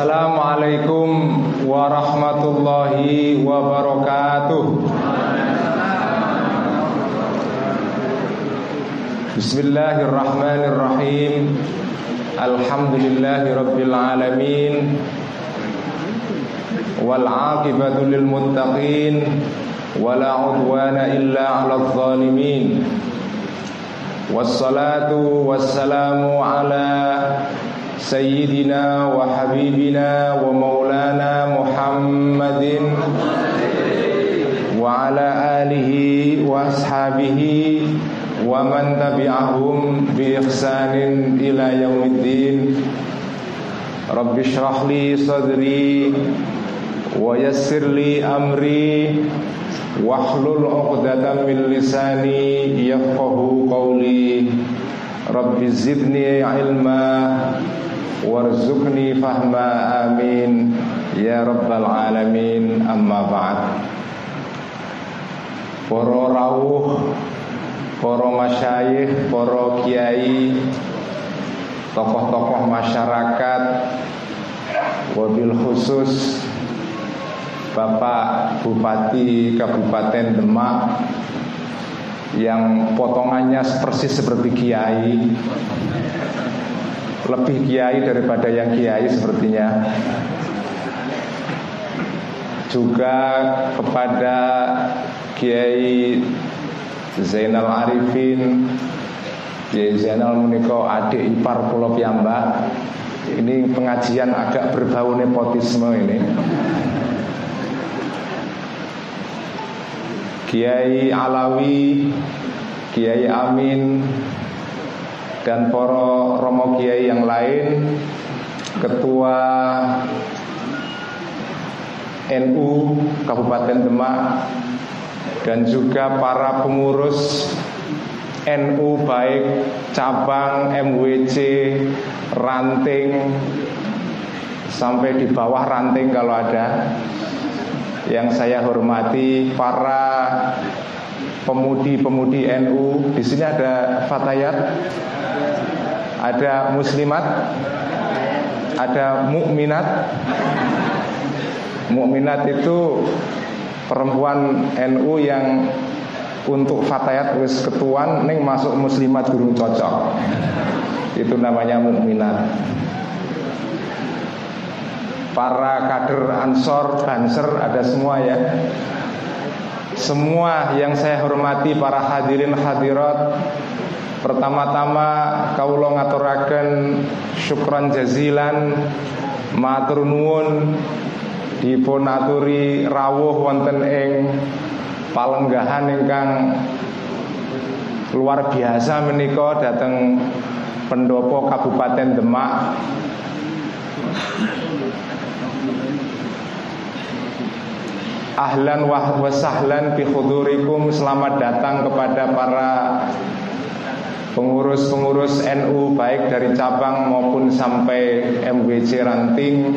Assalamualaikum warahmatullahi wabarakatuh. Bismillahirrahmanirrahim. Alhamdulillahi rabbil alamin. Wal aqibatu lil muttaqin. Wala udwana illa 'alal zalimin. Wassalatu wassalamu ala Sayyidina wa habibina wa maulana Muhammadin wa ala alihi wa ashabihi wa man tabi'ahum bi ihsanin ila yaumiddin. Rabbi shrah li sadri wa yassir li amri wahlul 'uqdatam min lisani yafqahu qawli. Rabbi zidni ilma warzuqni fahma, amin ya rabbal alamin. Amma ba'd. Para rawuh, para masyayikh, para kiai, tokoh-tokoh masyarakat, wabil khusus Bapak Bupati Kabupaten Demak yang potongannya persis seperti kiai, lebih kiai daripada yang kiai sepertinya. Juga kepada Kiai Zainal Arifin, Kiai Zainal menika adik ipar kula piyambak. Ini pengajian agak berbau nepotisme ini. Kiai Alawi, Kiai Amin, dan para romo kiai yang lain, Ketua NU Kabupaten Demak, dan juga para pengurus NU baik cabang, MWC, ranting, sampai di bawah ranting kalau ada. Yang saya hormati para pemudi-pemudi NU. Di sini ada fatayat, ada muslimat, ada mukminat. Mukminat itu perempuan NU yang untuk fatayat wis ketuan ning masuk muslimat durung cocok. Itu namanya mukminat. Para kader Ansor, Banser, ada semua ya. Semua yang saya hormati, para hadirin hadirat. Pertama-tama kawula ngaturaken syukran jazilan, matur nuwun dipun aturi rawuh wonten ing palenggahan ingkang luar biasa menika dhateng Pendopo Kabupaten Demak. Ahlan wa sahlan bi hudurikum. Selamat datang kepada para pengurus-pengurus NU baik dari cabang maupun sampai MWC ranting.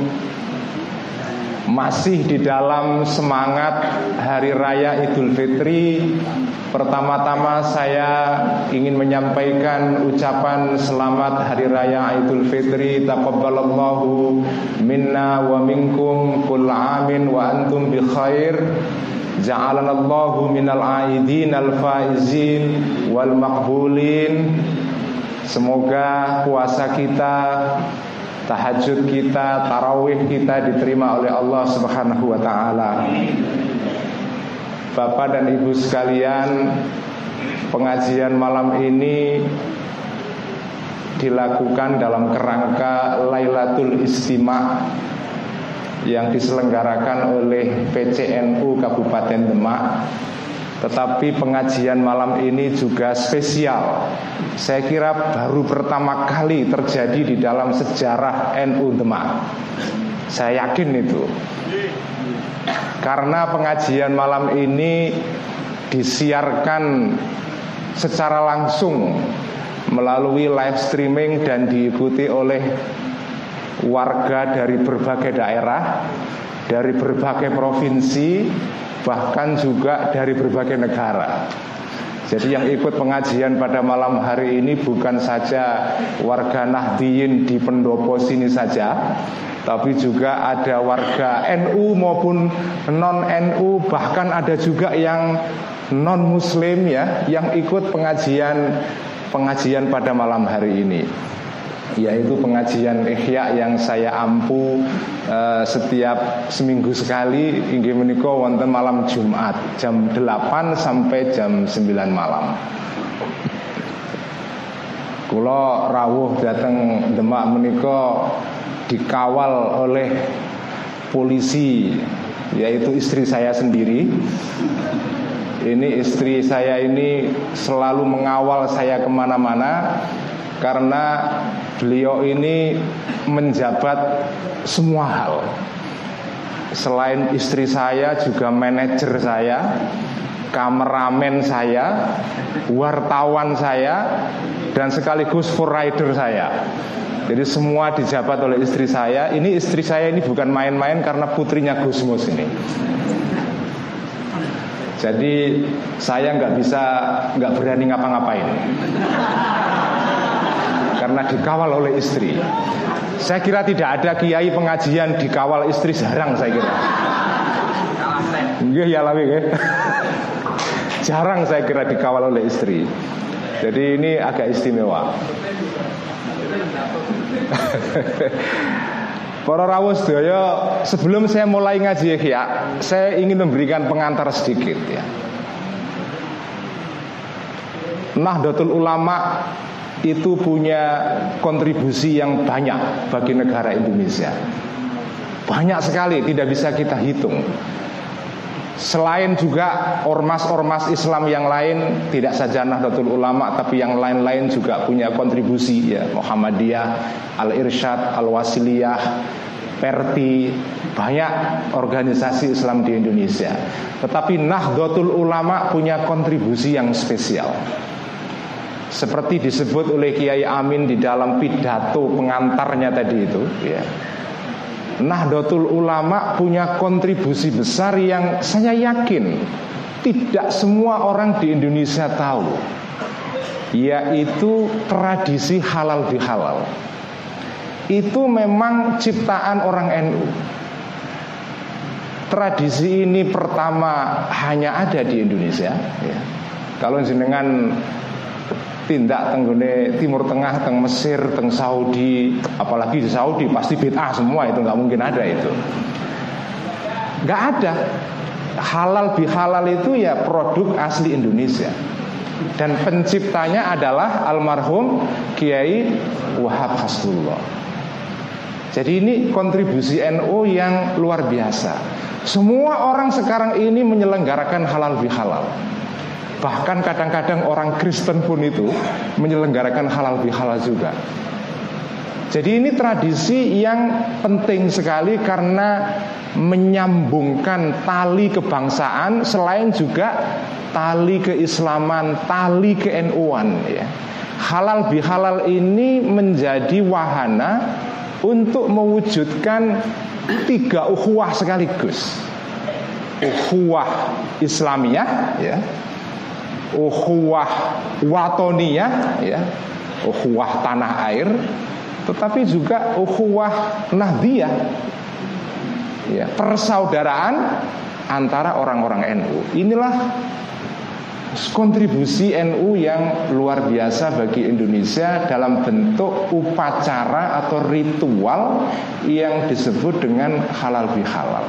Masih di dalam semangat Hari Raya Idul Fitri. Pertama-tama saya ingin menyampaikan ucapan selamat Hari Raya Idul Fitri. Taqabbalallahu minna wa minkum kull amin wa antum bi khair. Ja'alanallahu minal aidin al faizin wal maqbulin. Semoga puasa kita, tahajud kita, tarawih kita diterima oleh Allah Subhanahu wa ta'ala. Bapak dan Ibu sekalian, pengajian malam ini dilakukan dalam kerangka Lailatul Istima' yang diselenggarakan oleh PCNU Kabupaten Demak. Tetapi pengajian malam ini juga spesial. Saya kira baru pertama kali terjadi di dalam sejarah NU Demak. Saya yakin itu. Karena pengajian malam ini disiarkan secara langsung melalui live streaming dan diikuti oleh warga dari berbagai daerah, dari berbagai provinsi, bahkan juga dari berbagai negara. Jadi yang ikut pengajian pada malam hari ini bukan saja warga Nahdliyin di pendopo sini saja, tapi juga ada warga NU maupun non-NU, bahkan ada juga yang non-muslim ya, yang ikut pengajian pada malam hari ini, yaitu pengajian Ihya yang saya ampu setiap seminggu sekali, inggih menika wonten malam Jumat jam 8 sampai jam 9 malam. Kula rawuh dateng Demak menika dikawal oleh polisi, yaitu istri saya sendiri. Ini istri saya ini selalu mengawal saya kemana-mana, karena beliau ini menjabat semua hal. Selain istri saya juga manajer saya, kameramen saya, wartawan saya, dan sekaligus full rider saya. Jadi semua dijabat oleh istri saya. Ini istri saya ini bukan main-main, karena putrinya Gusmus ini. Jadi saya nggak berani ngapa-ngapain, karena dikawal oleh istri. Saya kira tidak ada kiai pengajian dikawal istri, jarang saya kira. Nggih ya lawi nggih. Jarang saya kira dikawal oleh istri. Jadi ini agak istimewa. Para rawuh sedaya, sebelum saya mulai ngaji Ihya, saya ingin memberikan pengantar sedikit ya. Nahdlatul Ulama itu punya kontribusi yang banyak bagi negara Indonesia. Banyak sekali, tidak bisa kita hitung. Selain juga ormas-ormas Islam yang lain, tidak saja Nahdlatul Ulama, tapi yang lain-lain juga punya kontribusi ya. Muhammadiyah, Al-Irsyad, Al-Wasiliyah, Perti, banyak organisasi Islam di Indonesia. Tetapi Nahdlatul Ulama punya kontribusi yang spesial. Seperti disebut oleh Kiai Amin di dalam pidato pengantarnya tadi itu ya. Nahdlatul Ulama punya kontribusi besar yang saya yakin tidak semua orang di Indonesia tahu, yaitu tradisi halal bihalal. Itu memang ciptaan orang NU. Tradisi ini pertama hanya ada di Indonesia ya. Kalau jenengan tindak tenggone Timur Tengah, teng Mesir, teng Saudi, apalagi di Saudi pasti bid'ah semua, itu nggak mungkin ada itu. Nggak ada. Halal bihalal itu ya produk asli Indonesia. Dan penciptanya adalah almarhum Kiai Wahab Hasbullah. Jadi ini kontribusi NU yang luar biasa. Semua orang sekarang ini menyelenggarakan halal bihalal. Bahkan kadang-kadang orang Kristen pun itu menyelenggarakan halal bihalal juga. Jadi ini tradisi yang penting sekali karena menyambungkan tali kebangsaan, selain juga tali keislaman, tali ke-NU-an ya. Halal bihalal ini menjadi wahana untuk mewujudkan 3 ukhuwah sekaligus. Ukhuwah Islamiyah ya, ukhuwah watoniyah ya, ukhuwah tanah air, tetapi juga ukhuwah nahdiyah ya, persaudaraan antara orang-orang NU. Inilah kontribusi NU yang luar biasa bagi Indonesia dalam bentuk upacara atau ritual yang disebut dengan halal bihalal.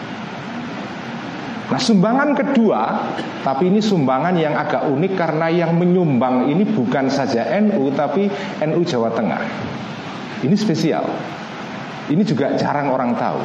Nah, sumbangan kedua, tapi ini sumbangan yang agak unik karena yang menyumbang ini bukan saja NU, tapi NU Jawa Tengah. Ini spesial. Ini juga jarang orang tahu.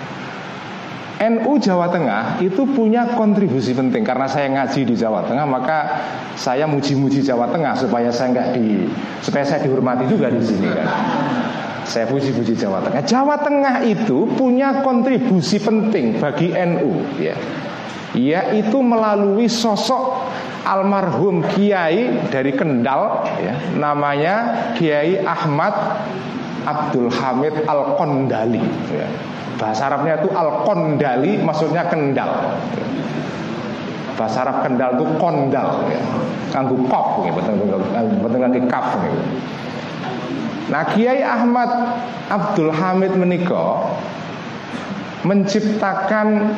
NU Jawa Tengah itu punya kontribusi penting. Karena saya ngaji di Jawa Tengah, maka saya muji-muji Jawa Tengah supaya saya dihormati juga di sini kan. Saya puji-puji Jawa Tengah. Jawa Tengah itu punya kontribusi penting bagi NU ya, yaitu melalui sosok almarhum Kiai dari Kendal ya, namanya Kiai Ahmad Abdul Hamid Al-Qondali ya. Bahasa Arabnya itu Al-Qondali, maksudnya Kendal. Bahasa Arab Kendal itu kondal ya. Nganggo kop gitu, betul nganggo kaf gitu. Nah, Kiai Ahmad Abdul Hamid menika menciptakan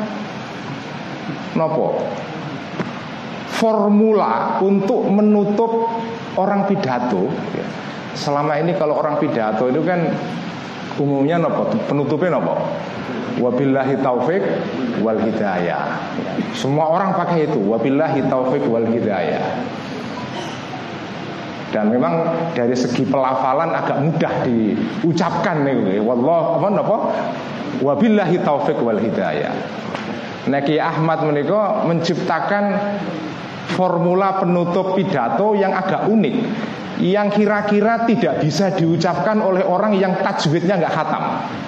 nopo? Formula untuk menutup orang pidato. Selama ini kalau orang pidato itu kan umumnya nopo? Penutupnya nopo? Wabillahi taufik wal hidayah. Semua orang pakai itu, wabillahi taufik wal hidayah. Dan memang dari segi pelafalan agak mudah diucapkan nih. Wallah apa? Wabillahi taufik wal hidayah. Nah, Kiai Ahmad menika menciptakan formula penutup pidato yang agak unik, yang kira-kira tidak bisa diucapkan oleh orang yang tajwidnya nggak khatam.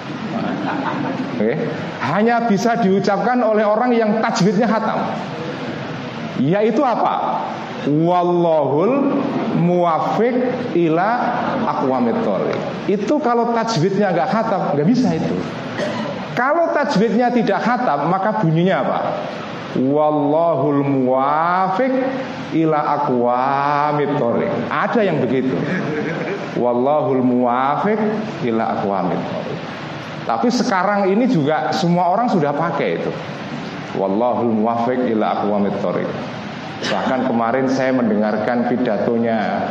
Hanya bisa diucapkan oleh orang yang tajwidnya khatam. Yaitu apa? Wallahul muwaffiq ila aqwamit thoriq. Itu kalau tajwidnya nggak khatam, nggak bisa itu. Kalau tajwidnya tidak khatam, maka bunyinya apa? Wallahul muwaffiq ila aqwamit thoriq. Ada yang begitu. Wallahul muwaffiq ila aqwamit thoriq. Tapi sekarang ini juga semua orang sudah pakai itu. Wallahul muwaffiq ila aqwamit thoriq. Bahkan kemarin saya mendengarkan pidatonya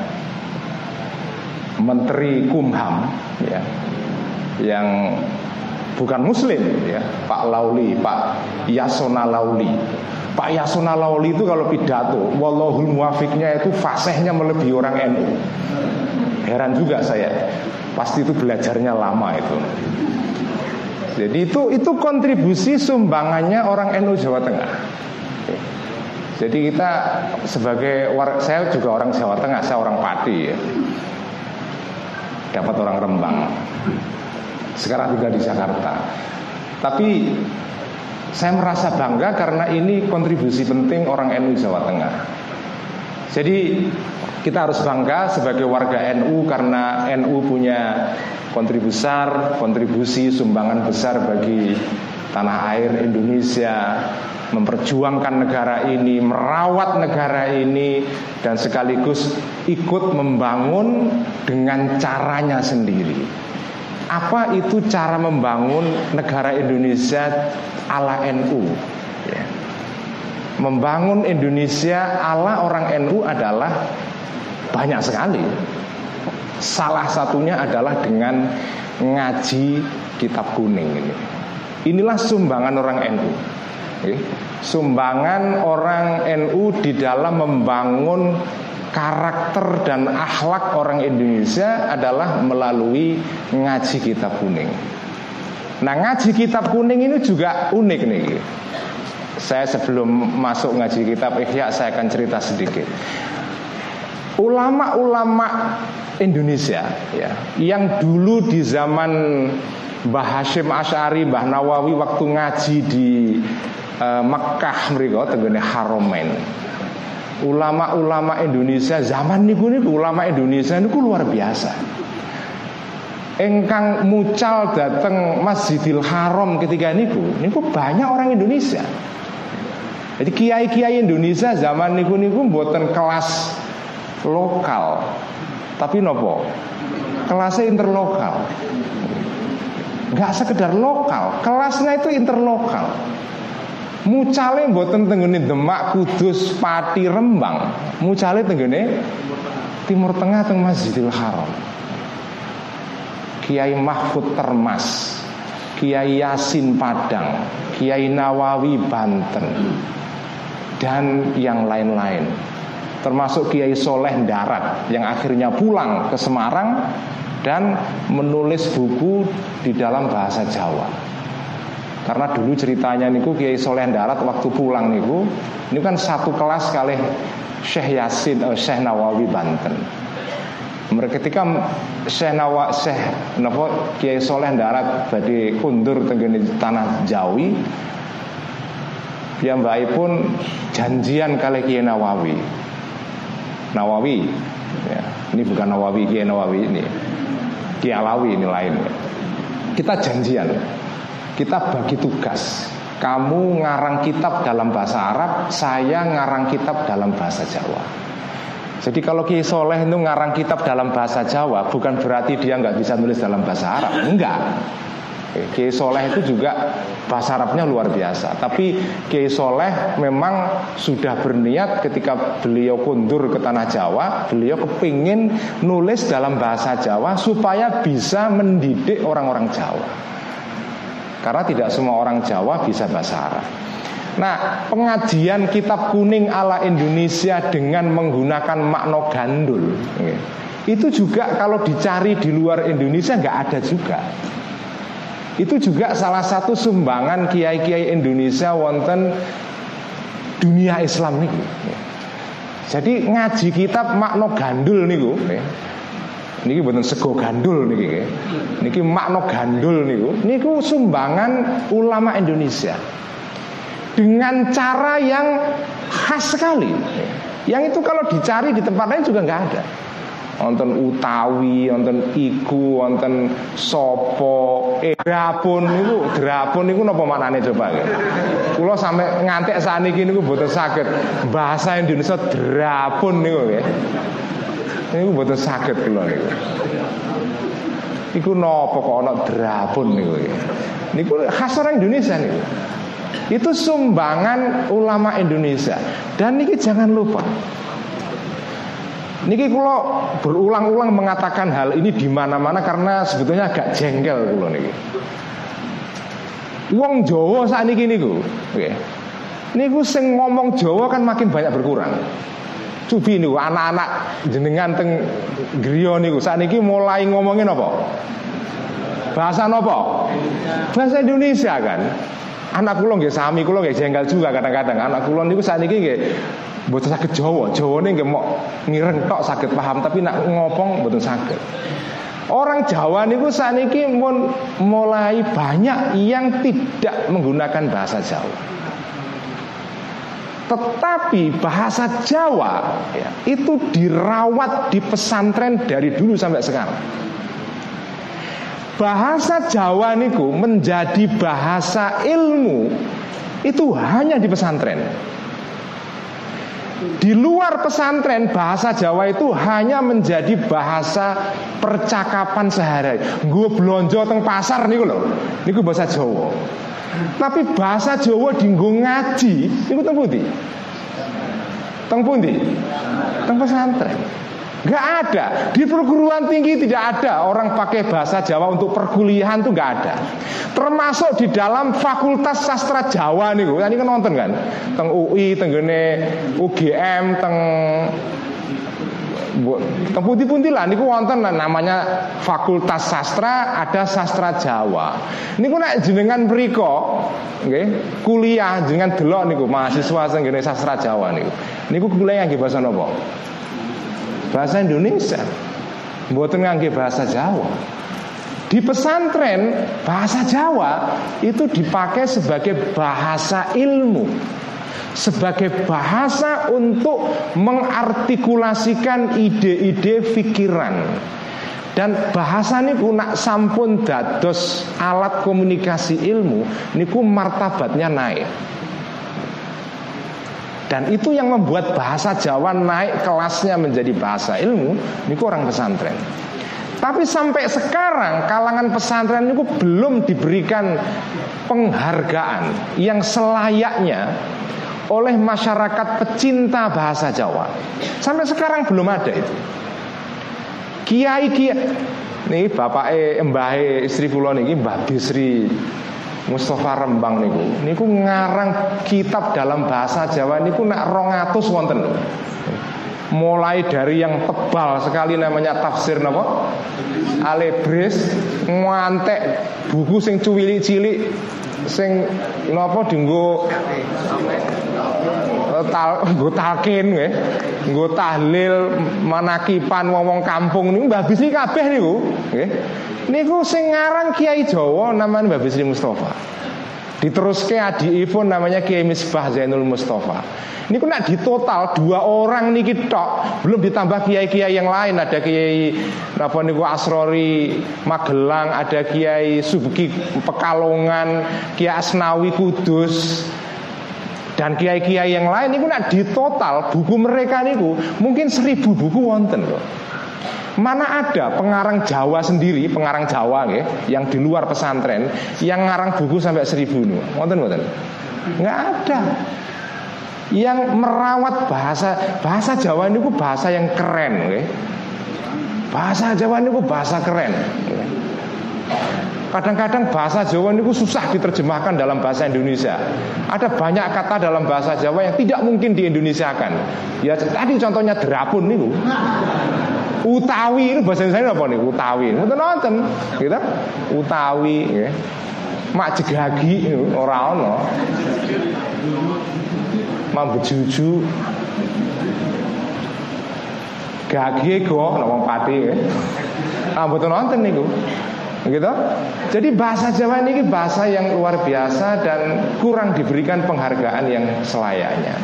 Menteri Kumham ya, yang bukan muslim ya, Pak Lauli, Pak Yasona Lauli. Pak Yasona Lauli itu kalau pidato wallahul muwaffiqnya itu fasihnya melebihi orang NU. Heran juga saya. Pasti itu belajarnya lama itu. Jadi itu kontribusi sumbangannya orang NU Jawa Tengah. Jadi kita sebagai saya juga orang Jawa Tengah, saya orang Pati ya. Dapat orang Rembang. Sekarang tinggal di Jakarta. Tapi saya merasa bangga karena ini kontribusi penting orang NU Jawa Tengah. Jadi kita harus bangga sebagai warga NU karena NU punya kontribusi sumbangan besar bagi tanah air Indonesia, memperjuangkan negara ini, merawat negara ini, dan sekaligus ikut membangun dengan caranya sendiri. Apa itu cara membangun negara Indonesia ala NU? Ya. Membangun Indonesia ala orang NU adalah banyak sekali. Salah satunya adalah dengan ngaji kitab kuning ini. Inilah sumbangan orang NU. Sumbangan orang NU di dalam membangun karakter dan akhlak orang Indonesia adalah melalui ngaji kitab kuning. Nah, ngaji kitab kuning ini juga unik nih. Saya sebelum masuk ngaji kitab Ihya, saya akan cerita sedikit. Ulama-ulama Indonesia ya, yang dulu di zaman Mbah Hasyim Asy'ari, Mbah Nawawi waktu ngaji di Mekkah mriko tenggene Haramain. Ulama-ulama Indonesia zaman niku ulama Indonesia niku luar biasa. Engkang mucal dateng Masjidil Haram ketika niku banyak orang Indonesia. Jadi kiai-kiai Indonesia zaman niku mboten kelas lokal, tapi nopo? Kelasnya interlokal. Enggak sekedar lokal, kelasnya itu interlokal. Mucale mboten tenggene Demak, Kudus, Pati, Rembang. Mucale tenggene Timur Tengah teng Masjidil Haram. Kiai Mahfud Termas, Kiai Yasin Padang, Kiai Nawawi Banten, dan yang lain-lain. Termasuk Kiai Soleh Darat yang akhirnya pulang ke Semarang dan menulis buku di dalam bahasa Jawa. Karena dulu ceritanya niku Kiai Soleh Darat waktu pulang niku, ini kan satu kelas kali Syekh Nawawi Banten. Ketika Kiai Soleh Darat badhe kundur tenggene tanah Jawi, piyambakipun janjian kali Kiai Nawawi ya, ini bukan Nawawi, Kiai Nawawi ini Kiai Alawi ini lain. Kita janjian, kita bagi tugas. Kamu ngarang kitab dalam bahasa Arab, saya ngarang kitab dalam bahasa Jawa. Jadi kalau Kiai Soleh itu ngarang kitab dalam bahasa Jawa, bukan berarti dia nggak bisa nulis dalam bahasa Arab. Enggak. Kiai Soleh itu juga bahasa Arabnya luar biasa. Tapi Kiai Soleh memang sudah berniat ketika beliau kundur ke tanah Jawa, beliau kepingin nulis dalam bahasa Jawa supaya bisa mendidik orang-orang Jawa. Karena tidak semua orang Jawa bisa bahasa Arab. Nah, pengajian kitab kuning ala Indonesia dengan menggunakan makna gandul, itu juga kalau dicari di luar Indonesia nggak ada juga. Itu juga salah satu sumbangan kiai-kiai Indonesia wonten dunia Islam niku. Jadi ngaji kitab makna gandul niku. Niki mboten sego gandul niki. Niki makna gandul niku sumbangan ulama Indonesia. Dengan cara yang khas sekali. Yang itu kalau dicari di tempat lain juga nggak ada. Wonten utawi, wonten iku, wonten sopo, drapun niku napa maknane coba? Kula sampe ngantek saniki niku mboten saged bahasa Indonesia drapun niku nggih. Niku mboten saged kula niku. Iku napa kok ana drapun niku? Niku khas orang Indonesia niku. Itu sumbangan ulama Indonesia. Dan niki jangan lupa, niki kula berulang-ulang mengatakan hal ini di mana-mana karena sebetulnya agak jengkel kula niki. Wong Jawa sakniki niku, nggih. Niku sing ngomong Jawa kan makin banyak berkurang. Cubi niku anak-anak jenengan teng griya niku sakniki mulai ngomongin apa? Bahasa napa? Bahasa Indonesia kan. Anak kula nggih sami, kula nggih jengkel juga kadang-kadang. Anak kula niku sakniki nggih mboten saged Jawa. Jawane nggih mok ngireng tok saged paham, tapi nak ngopong mboten saged. Orang Jawa niku sakniki mulai banyak yang tidak menggunakan bahasa Jawa. Tetapi bahasa Jawa itu dirawat di pesantren dari dulu sampai sekarang. Bahasa Jawa niku menjadi bahasa ilmu itu hanya di pesantren. Di luar pesantren bahasa Jawa itu hanya menjadi bahasa percakapan sehari. Nggo blonjo teng pasar niku lho, niku bahasa Jawa. Tapi bahasa Jawa dienggo ngaji niku teng pundi? Teng pundi? Teng pesantren. Gak ada. Di perguruan tinggi tidak ada orang pakai bahasa Jawa untuk perkuliahan tuh gak ada. Termasuk di dalam Fakultas Sastra Jawa nih, ini kan nonton kan, teng UI, teng UGM, teng pundi-pundi lah, niku wonten namanya Fakultas Sastra, ada Sastra Jawa. Niku nek jenengan mriko, nggih, kuliah jenengan delok niku mahasiswa sing ngene Sastra Jawa niku. Niku kuliah nggih bahasa napa? Bahasa Indonesia, mboten ngangge bahasa Jawa. Di pesantren bahasa Jawa itu dipakai sebagai bahasa ilmu, sebagai bahasa untuk mengartikulasikan ide-ide pikiran. Dan bahasa niku nak sampun dados alat komunikasi ilmu, niku martabatnya naik. Dan itu yang membuat bahasa Jawa naik kelasnya menjadi bahasa ilmu, niku orang pesantren. Tapi sampai sekarang kalangan pesantren niku belum diberikan penghargaan yang selayaknya oleh masyarakat pecinta bahasa Jawa. Sampai sekarang belum ada itu. Kiai-kiai, nih bapake mbahe istri kula niki Mbah Bisri Mustafa Rembang niku ngarang kitab dalam bahasa Jawa niku nak 200 wonten. Mulai dari yang tebal sekali namanya tafsir napa? Alebris, ngantek buku sing cilik-cilik sing napa dienggo talqin nggih, nggo tahlil manakipan wong-wong kampung niku Mbah Bisri kabeh niku, nggih. Niku sing ngarang Kiai Jawa namanya Mbah Bisri Mustafa. Diteruske adikipun namanya Kiai Misbah Zainul Mustafa. Niku nak di total 2 orang niki tok, belum ditambah kiai-kiai yang lain. Ada Kiai napa niku Asrori Magelang, ada Kiai Subki Pekalongan, Kiai Asnawi Kudus. dan kiai-kiai yang lain niku nak di total buku mereka niku mungkin 1000 buku wonten kok. Mana ada pengarang Jawa sendiri, pengarang Jawa yang di luar pesantren yang ngarang buku sampai 1000 niku. Wonten? Enggak ada. Yang merawat bahasa Jawa niku bahasa yang keren, Bahasa Jawa niku bahasa keren. Kadang-kadang bahasa Jawa niku susah diterjemahkan dalam bahasa Indonesia. Ada banyak kata dalam bahasa Jawa yang tidak mungkin diindonesiakan. Ya tadi contohnya derapun niku. Utawi itu bahasa Indonesia apa nih? Utawi. Nonton, gitu. Utawi, mak jegagi ora ono. Mak bejuju. Gage go wong pati. Mboten nonton niku. Gitu. Jadi bahasa Jawa ini bahasa yang luar biasa dan kurang diberikan penghargaan yang selayaknya.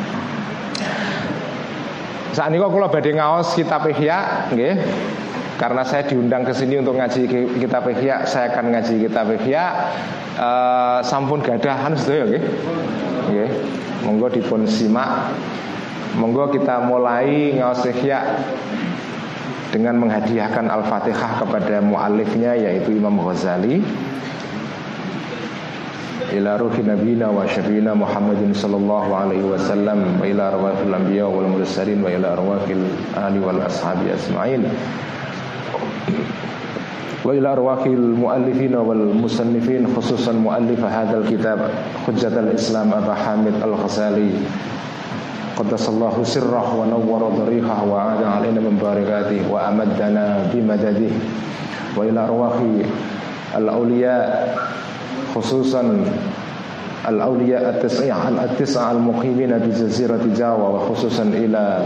Saat ini kula badhe ngaos kitab Ihya, nggih. Karena saya diundang ke sini untuk ngaji kitab Ihya, saya akan ngaji kitab Ihya. Sampun gadahan sedaya nggih. Nggih. Monggo dipun simak. Monggo kita mulai ngaos Ihya dengan menghadiahkan Al-Fatihah kepada muallifnya yaitu Imam Ghazali. Ila ruhi nabiyina wa syarina Muhammadin sallallahu alaihi wasallam wa ila arwahil anbiya wal mursalin wa ila arwahil ahli wal ashabi asma'in wa ila arwahil muallifin wal musannifin khususan muallif hadzal kitab Hujjatul Islam Abu Hamid Al-Ghazali qaddasallahu sirrah wa nawwara dharihah wa a'ada alaina min barakatihi wa amaddana bimadadihi wa ila arwahi al-awliya khususan al-awliya at-tis'a al-muqimin bi jazirati Jawa wa khususan ila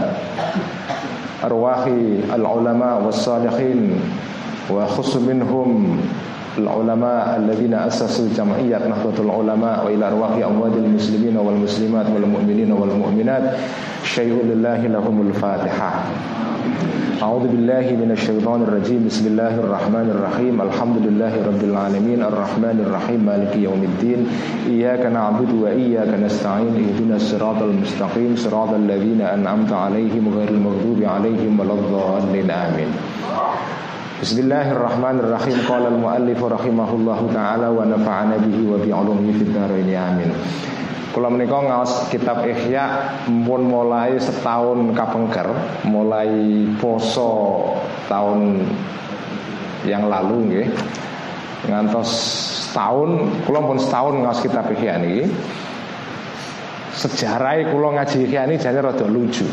arwahi al-ulama was-salihin wa khusus minhum al-ulama alladhina assasu jam'iyyat Nahdlatul Ulama wa ila arwahi amwadil muslimin wal muslimat wal mu'minin wal mu'minat syai'un lillahi lahumul Fatihah. A'udzu billahi minasy syaithanir rajim. Bismillahir rahmanir rahim. Alhamdulillahi rabbil alamin arrahmanir rahim maliki yaumiddin. Iyyaka na'budu wa iyyaka nasta'in. Ihdinas siratal mustaqim siratal ladzina an'amta 'alaihim ghairil maghdubi 'alaihim waladdallin. Amin. Bismillahirrahmanirrahim. Qala al-muallif rahimahullahu ta'ala wa nafa'ana bihi wa bi 'ulumihi fid dharain amin. Kula menika ngaos kitab Ihya pun mulai setahun kapengker, mulai poso tahun yang lalu nggih. Ngantos setahun, kula pun setahun ngaos kitab Ihya niki. Sejarah kula ngaji Ihya niki jane rada lucu.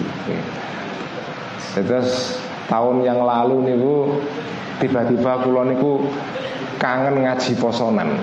Terus tahun yang lalu niku tiba-tiba kula niku kangen ngaji posonan.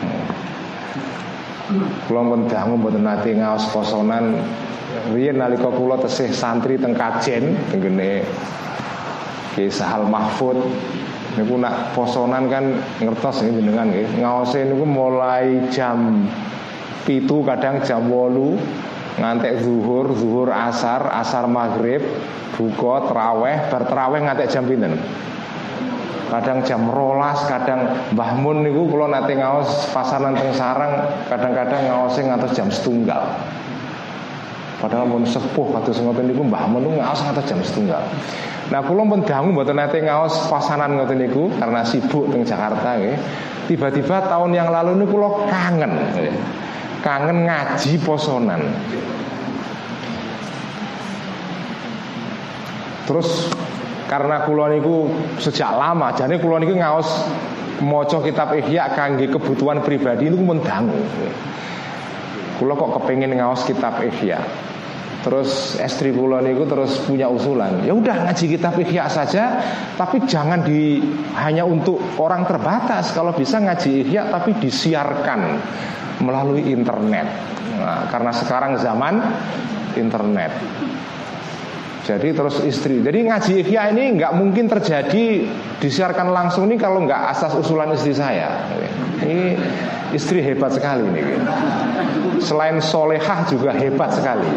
Kula pun dangu mboten nate ngaos posonan. Riyen nalika kula tesih santri teng Kajen tenggene Ki Sahal Mahfud niku nak posonan kan ngertos nggih jenengan nggih. Ngaose niku mulai jam 7 kadang jam 8 ngantek zuhur asar maghrib, buka tarawih, bar tarawih ngantek jam pinten? Kadang jam 12, kadang Mbah Mun niku kula nate ngaos pasaran teng sarang, kadang-kadang ngaose ngantos jam 1:30. Padahal mun sepuh kados ngoten niku Mbah Mun niku ngaos ngantos jam 1:30. Nah kula pun dangu mboten nate ngaos pasaran ngoten niku karena sibuk teng Jakarta nggih. Tiba-tiba tahun yang lalu niku kula kangen ngaji posonan. Terus karena kula niku sejak lama, jane kula niku ngaos maca kitab Ihya kangge kebutuhan pribadi niku mun dangu. Kula kok kepengin ngaos kitab Ihya. Terus istri kula niku terus punya usulan, ya udah ngaji kitab Ihya saja, tapi jangan hanya untuk orang terbatas. Kalau bisa ngaji Ihya tapi disiarkan melalui internet. Nah, karena sekarang zaman internet. Jadi terus istri, jadi ngaji Ihya ini nggak mungkin terjadi disiarkan langsung nih kalau nggak asas usulan istri saya. Ini istri hebat sekali nih. Selain solehah juga hebat sekali.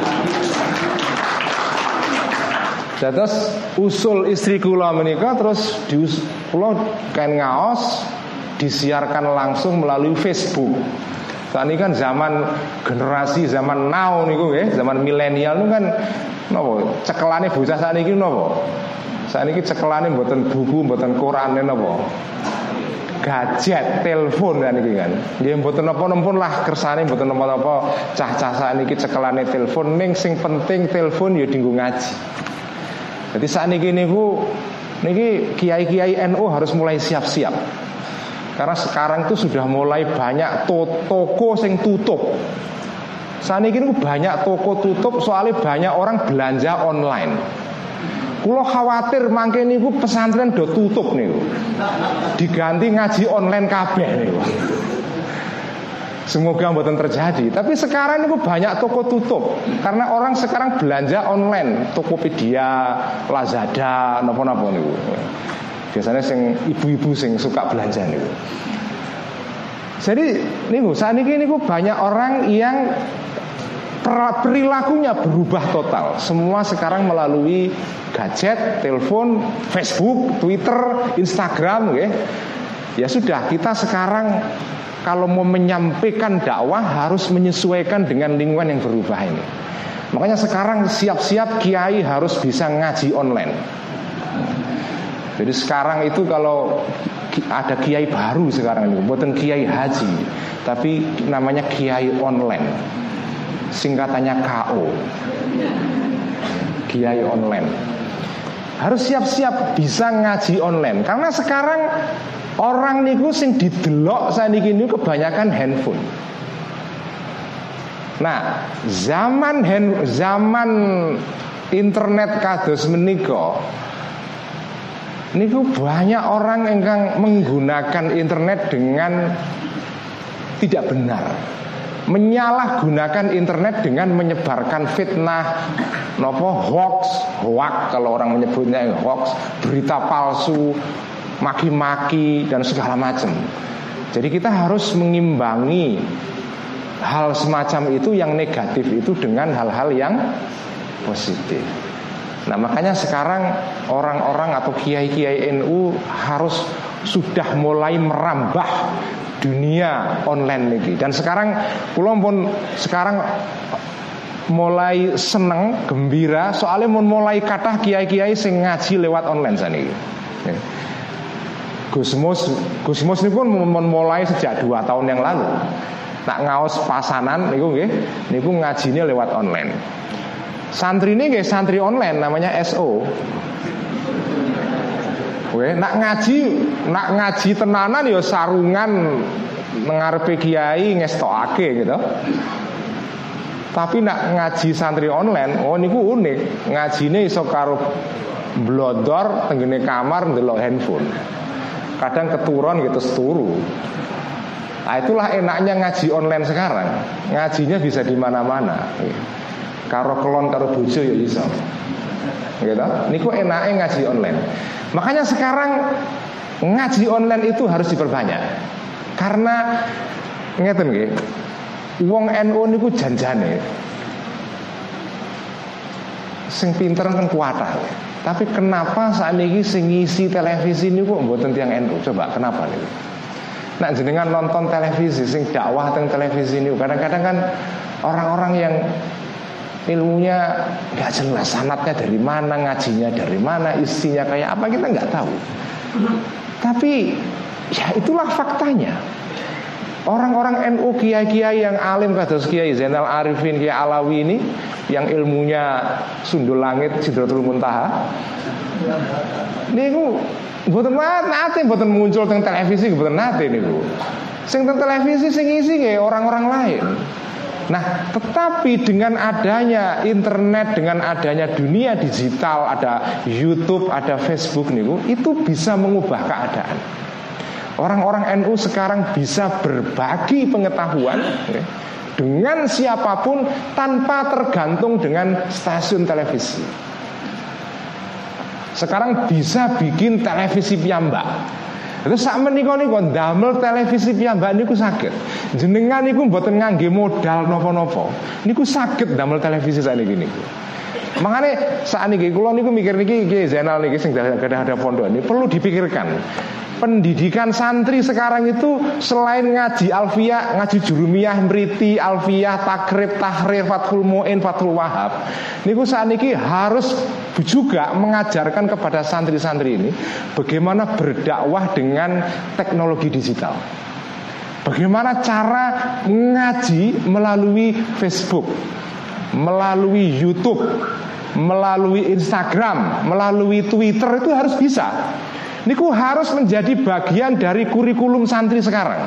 Terus usul istri kula menika terus kula kan ngaos disiarkan langsung melalui Facebook. Saat ini kan zaman generasi zaman now niku nggih, zaman milenial niku kan napa cekelane bocah saat ini napa? Saat ini cekelane mboten buku, mboten Qur'ane napa? Gadget, telepon kan iki kan. Nggih mboten napa-napa lah kersane mboten napa-napa cah-cah sakniki cekelane telepon ning sing penting telepon ya dienggo ngaji. Jadi sakniki niku niki kiai-kiai NU harus mulai siap-siap. Karena sekarang itu sudah mulai banyak toko sing tutup. Sakniki niku banyak toko tutup soalnya banyak orang belanja online. Kulo khawatir mangke niku pesantren do tutup niku. Diganti ngaji online kabeh niku. Semoga mboten terjadi. Tapi sekarang niku banyak toko tutup karena orang sekarang belanja online, Tokopedia, Lazada, napa-napa niku. Biasanya sing ibu-ibu sing suka belanja niku. Jadi niku sakniki niku banyak orang yang perilakunya berubah total. Semua sekarang melalui gadget, telepon, Facebook, Twitter, Instagram, ya sudah kita sekarang kalau mau menyampaikan dakwah harus menyesuaikan dengan lingkungan yang berubah ini. Makanya sekarang siap-siap kiai harus bisa ngaji online. Jadi sekarang itu kalau ada kiai baru sekarang ini, bukan kiai haji, tapi namanya kiai online. Singkatannya KO, kiai online. Harus siap-siap bisa ngaji online. Karena sekarang orang niku sing didelok saniki niku kebanyakan handphone. Nah, zaman internet kados menika niku banyak orang ingkang menggunakan internet dengan tidak benar, menyalahgunakan internet dengan menyebarkan fitnah, hoax kalau orang menyebutnya hoax, berita palsu, maki-maki dan segala macam. Jadi kita harus mengimbangi hal semacam itu yang negatif itu dengan hal-hal yang positif. Nah makanya sekarang orang-orang atau kiai-kiai NU harus sudah mulai merambah dunia online ini. Dan sekarang kula pun sekarang mulai seneng, gembira soalnya mulai kathah kiai-kiai sing ngaji lewat online saniki. Gusmus ini pun mulai sejak 2 tahun yang lalu. Nak ngaos pasanan niku nggih, niku ngajinya lewat online. Santri ini nggih santri online namanya SO. Nak ngaji tenanan ya sarungan ngarepe kiai ngestokake gitu. Tapi nak ngaji santri online, oh niku unik. Ngajine iso karo blodor tenggene kamar ndelok handphone. Kadang keturun gitu seturu. Nah itulah enaknya ngaji online sekarang. Ngajinya bisa di mana-mana. Karo kelon karo bojo ya iso. Gitu. Niku enake ngaji online. Makanya sekarang ngaji online itu harus diperbanyak. Karena ngeten nggih. Wong NU niku janjane sing pinter kan kuatah. Tapi kenapa saat ini sing ngisi televisi niku mboten tiyang NU? Coba kenapa niku? Nah jenengan nonton televisi sing dakwah teng televisi niku kadang-kadang kan orang-orang yang ilmunya nggak jelas, sanatnya dari mana, ngajinya dari mana, isinya kayak apa kita nggak tahu. Tapi ya itulah faktanya. Orang-orang NU kiai-kiai yang alim kados Kiai Zainal Arifin, Kiai Alawi ini yang ilmunya sundul langit Sidratul Muntaha niku mboten nate mboten muncul teng televisi mboten nate niku. Sing teng televisi sing ngisi nggih orang-orang lain. Nah, tetapi dengan adanya internet, dengan adanya dunia digital, ada YouTube, ada Facebook niku, itu bisa mengubah keadaan. Orang-orang NU sekarang bisa berbagi pengetahuan dengan siapapun tanpa tergantung dengan stasiun televisi. Sekarang bisa bikin televisi piyambak. Terus sak menika niku ndamel televisi piyambak niku saged. Jenengan niku mboten ngangge modal napa-napa. Niku saged ndamel televisi sakniki niku. Makanya saat ini kula niku mikir niki Ki Zainal niki sing ada pondok ini perlu dipikirkan. Pendidikan santri sekarang itu selain ngaji alfiyah, ngaji jurumiyah, mriti, alfiyah, takrib, tahrir, fathul mu'in, fathul wahab, niku saat ini harus juga mengajarkan kepada santri-santri ini bagaimana berdakwah dengan teknologi digital. Bagaimana cara ngaji melalui Facebook, melalui YouTube, melalui Instagram, melalui Twitter, itu harus bisa. Niku harus menjadi bagian dari kurikulum santri sekarang.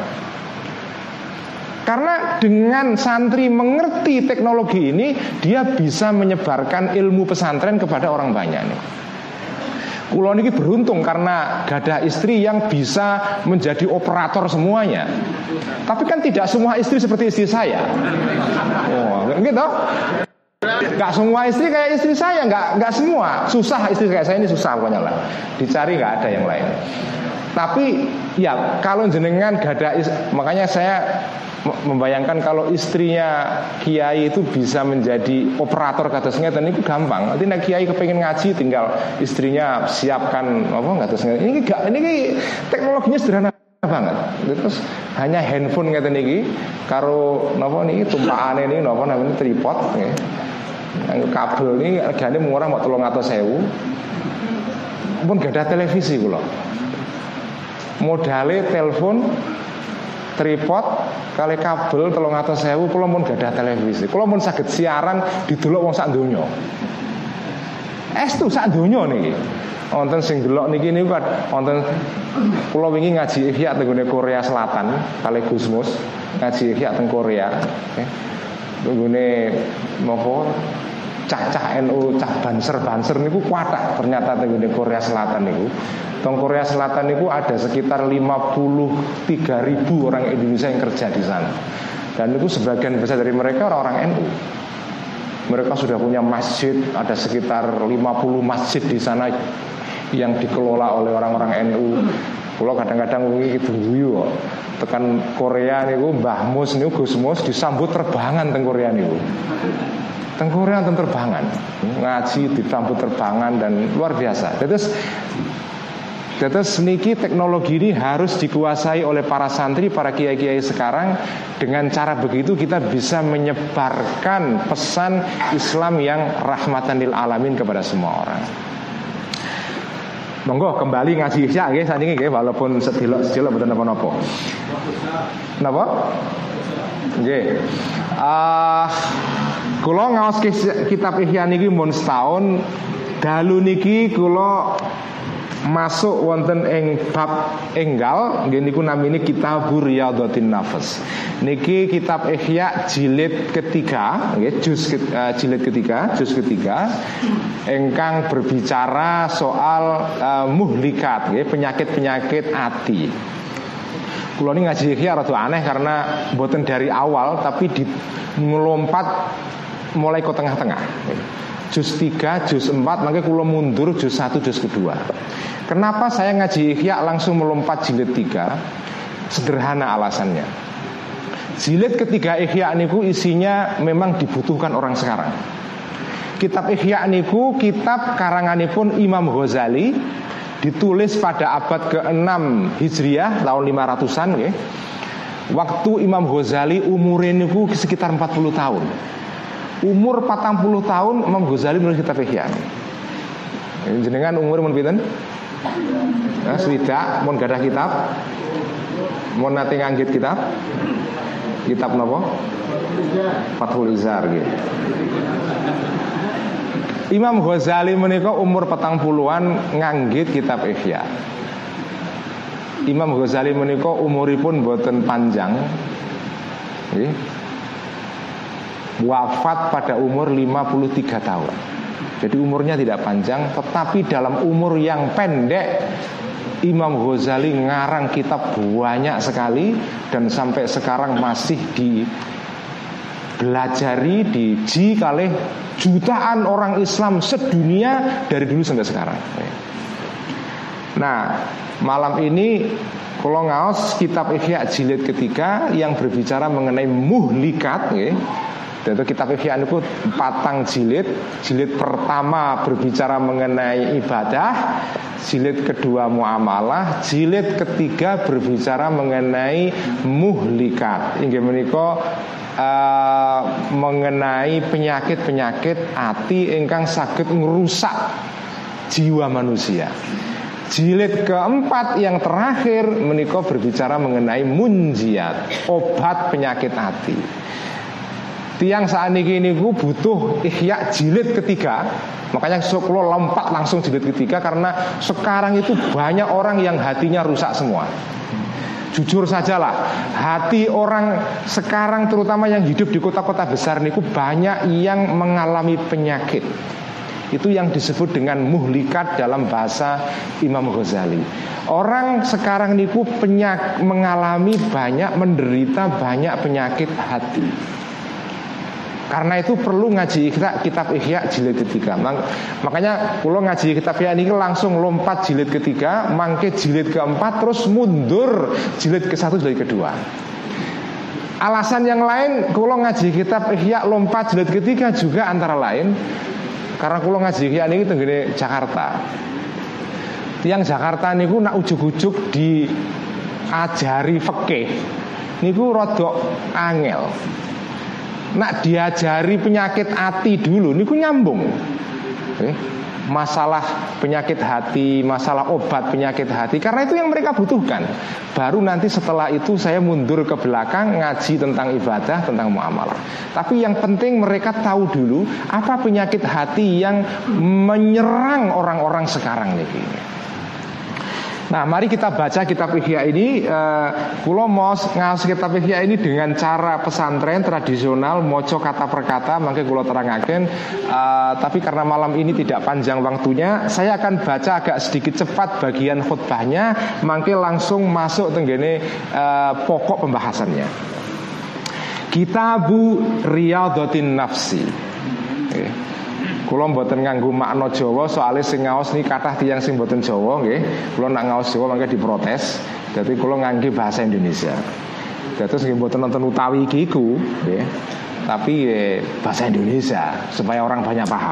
Karena dengan santri mengerti teknologi ini, dia bisa menyebarkan ilmu pesantren kepada orang banyak nih. Kulo niki beruntung karena gada istri yang bisa menjadi operator semuanya. Tapi kan tidak semua istri seperti istri saya. Oh, gitu. Gak semua istri kayak istri saya, gak semua. Susah istri kayak saya ini susah pokoknya lah. Dicari gak ada yang lain. Tapi ya kalau jenengan gada makanya saya membayangkan kalau istrinya kiai itu bisa menjadi operator kados ngeten itu gampang. Nanti nek kiai kepengin ngaji tinggal istrinya siapkan apa kados ngeten. Ini teknologinya sederhana banget. Terus hanya handphone ngeten iki karo napa niki tumpakane niki napa namanya tripod nggih. Kabel ini harganya murah mau 300.000. Pun gak ada televisi kula. Modale telepon, tripod, kali kabel 300.000 kula pun gak ada televisi. Kula pun saged siaran didelok wong sak donya. Estu sak donya niki. Wonten sing delok niki niku wonten kula wingi ngaji ihya teng Korea Selatan kali Gusmus, ngaji ihya teng Korea. Tunggune nopo cah-cah NU, cah banser niku kuatak ternyata teng Korea Selatan niku. Teng Korea Selatan niku ada sekitar 53.000 orang Indonesia yang kerja di sana. Dan itu sebagian besar dari mereka orang-orang NU. Mereka sudah punya masjid, ada sekitar 50 masjid di sana yang dikelola oleh orang-orang NU. Kalau kadang-kadang wingi gitu guyu kok. Tekan Korea niku Mbah Mus niku Gus Mus disambut terbangan teng Korea niku. Teng Korea teng terbangan. Ngaji disambut terbangan dan luar biasa. Terus niki teknologi ini harus dikuasai oleh para santri, para kiai-kiai sekarang. Dengan cara begitu kita bisa menyebarkan pesan Islam yang rahmatan lil alamin kepada semua orang. Monggo kembali ngaji isya nggih saniki nggih walaupun sedelok mboten napa-napa. Napa? Nggih. Kula ngaos kitab Ihya niki mun setahun dalu niki kula masuk wonten ing bab enggal nggih niku namine Kitabur Riyadhatin Nafas. Niki kitab Ihya jilid ketiga nggih jilid ketiga juz ketiga ingkang berbicara soal muhlikat nggih penyakit-penyakit ati. Kula ini ngaji Ihya rada aneh karena mboten dari awal tapi melompat mulai ke tengah-tengah. Juz 3, juz 4, makanya kula mundur juz 1, juz kedua. Kenapa saya ngaji Ihya langsung melompat jilid 3? Sederhana alasannya. Jilid ketiga Ihya niku isinya memang dibutuhkan orang sekarang. Kitab Ihya niku kitab karanganipun Imam Ghazali, ditulis pada abad ke-6 Hijriah tahun 500-an nggih. Waktu Imam Ghazali umurnya niku sekitar 40 tahun. Umur 40 tahun Imam Ghazali menulis kitab Ihya. Jenengan umur mun pinten? Swidak mun gadah kitab. Mun nate nganggit kitab. Kitab napa? Fathul Izar nggih. Imam Ghazali menika umur 40-an nganggit kitab Ihya. Imam Ghazali menika umuripun boten panjang. Nggih. Wafat pada umur 53 tahun. Jadi umurnya tidak panjang, tetapi dalam umur yang pendek Imam Ghazali ngarang kitab banyak sekali dan sampai sekarang masih dipelajari, diuji oleh jutaan orang Islam sedunia dari dulu sampai sekarang. Nah, malam ini kalau ngaos kitab Ihya jilid ketiga yang berbicara mengenai muhlikat, Dan itu kitab Ihya niku 4 jilid. Jilid pertama berbicara mengenai ibadah, jilid kedua muamalah, jilid ketiga berbicara mengenai muhlikat. Inggih menika mengenai penyakit-penyakit ati ingkang saged ngrusak jiwa manusia. Jilid keempat yang terakhir menika berbicara mengenai munjiat, obat penyakit hati. Tiang sakniki niku butuh ihya jilid ketiga. Makanya kula lompat langsung jilid ketiga karena sekarang itu banyak orang yang hatinya rusak semua. Jujur sajalah, hati orang sekarang terutama yang hidup di kota-kota besar niku banyak yang mengalami penyakit. Itu yang disebut dengan muhlikat dalam bahasa Imam Ghazali. Orang sekarang niku mengalami banyak, menderita banyak penyakit hati. Karena itu perlu ngaji kitab Ihya jilid ketiga. Makanya kalau ngaji kitab Ihya ini langsung lompat jilid ketiga, mangke jilid keempat, terus mundur jilid ke-1 jilid kedua. Alasan yang lain kalau ngaji kitab Ihya lompat jilid ketiga juga antara lain karena kalau ngaji Ihya ini tenggene Jakarta. Tiang Jakarta niku nak ujuk-ujuk diajari fikih niku rodok angel. Nak diajari penyakit hati dulu niku nyambung. Masalah penyakit hati, masalah obat penyakit hati, karena itu yang mereka butuhkan. Baru nanti setelah itu saya mundur ke belakang ngaji tentang ibadah, tentang muamalah. Tapi yang penting mereka tahu dulu apa penyakit hati yang menyerang orang-orang sekarang nih. Nah, mari kita baca kitab Ihya ini. Kula mau ngaos kitab Ihya ini dengan cara pesantren tradisional, moco kata per kata, mangke kula terangaken. Tapi karena malam ini tidak panjang waktunya, saya akan baca agak sedikit cepat bagian khutbahnya, mangke langsung masuk tenggene pokok pembahasannya. Kitabu Riyadhatin Nafsi. Kula mboten nganggo makna Jawa, soalnya sing ngaos niki kathah tiyang sing mboten Jawa nggih. Kula nak ngaos Jawa mangke diprotes. Dadi kula ngangge bahasa Indonesia. Dados nggih mboten nonton utawi iki iku nggih. Tapi bahasa Indonesia supaya orang banyak paham.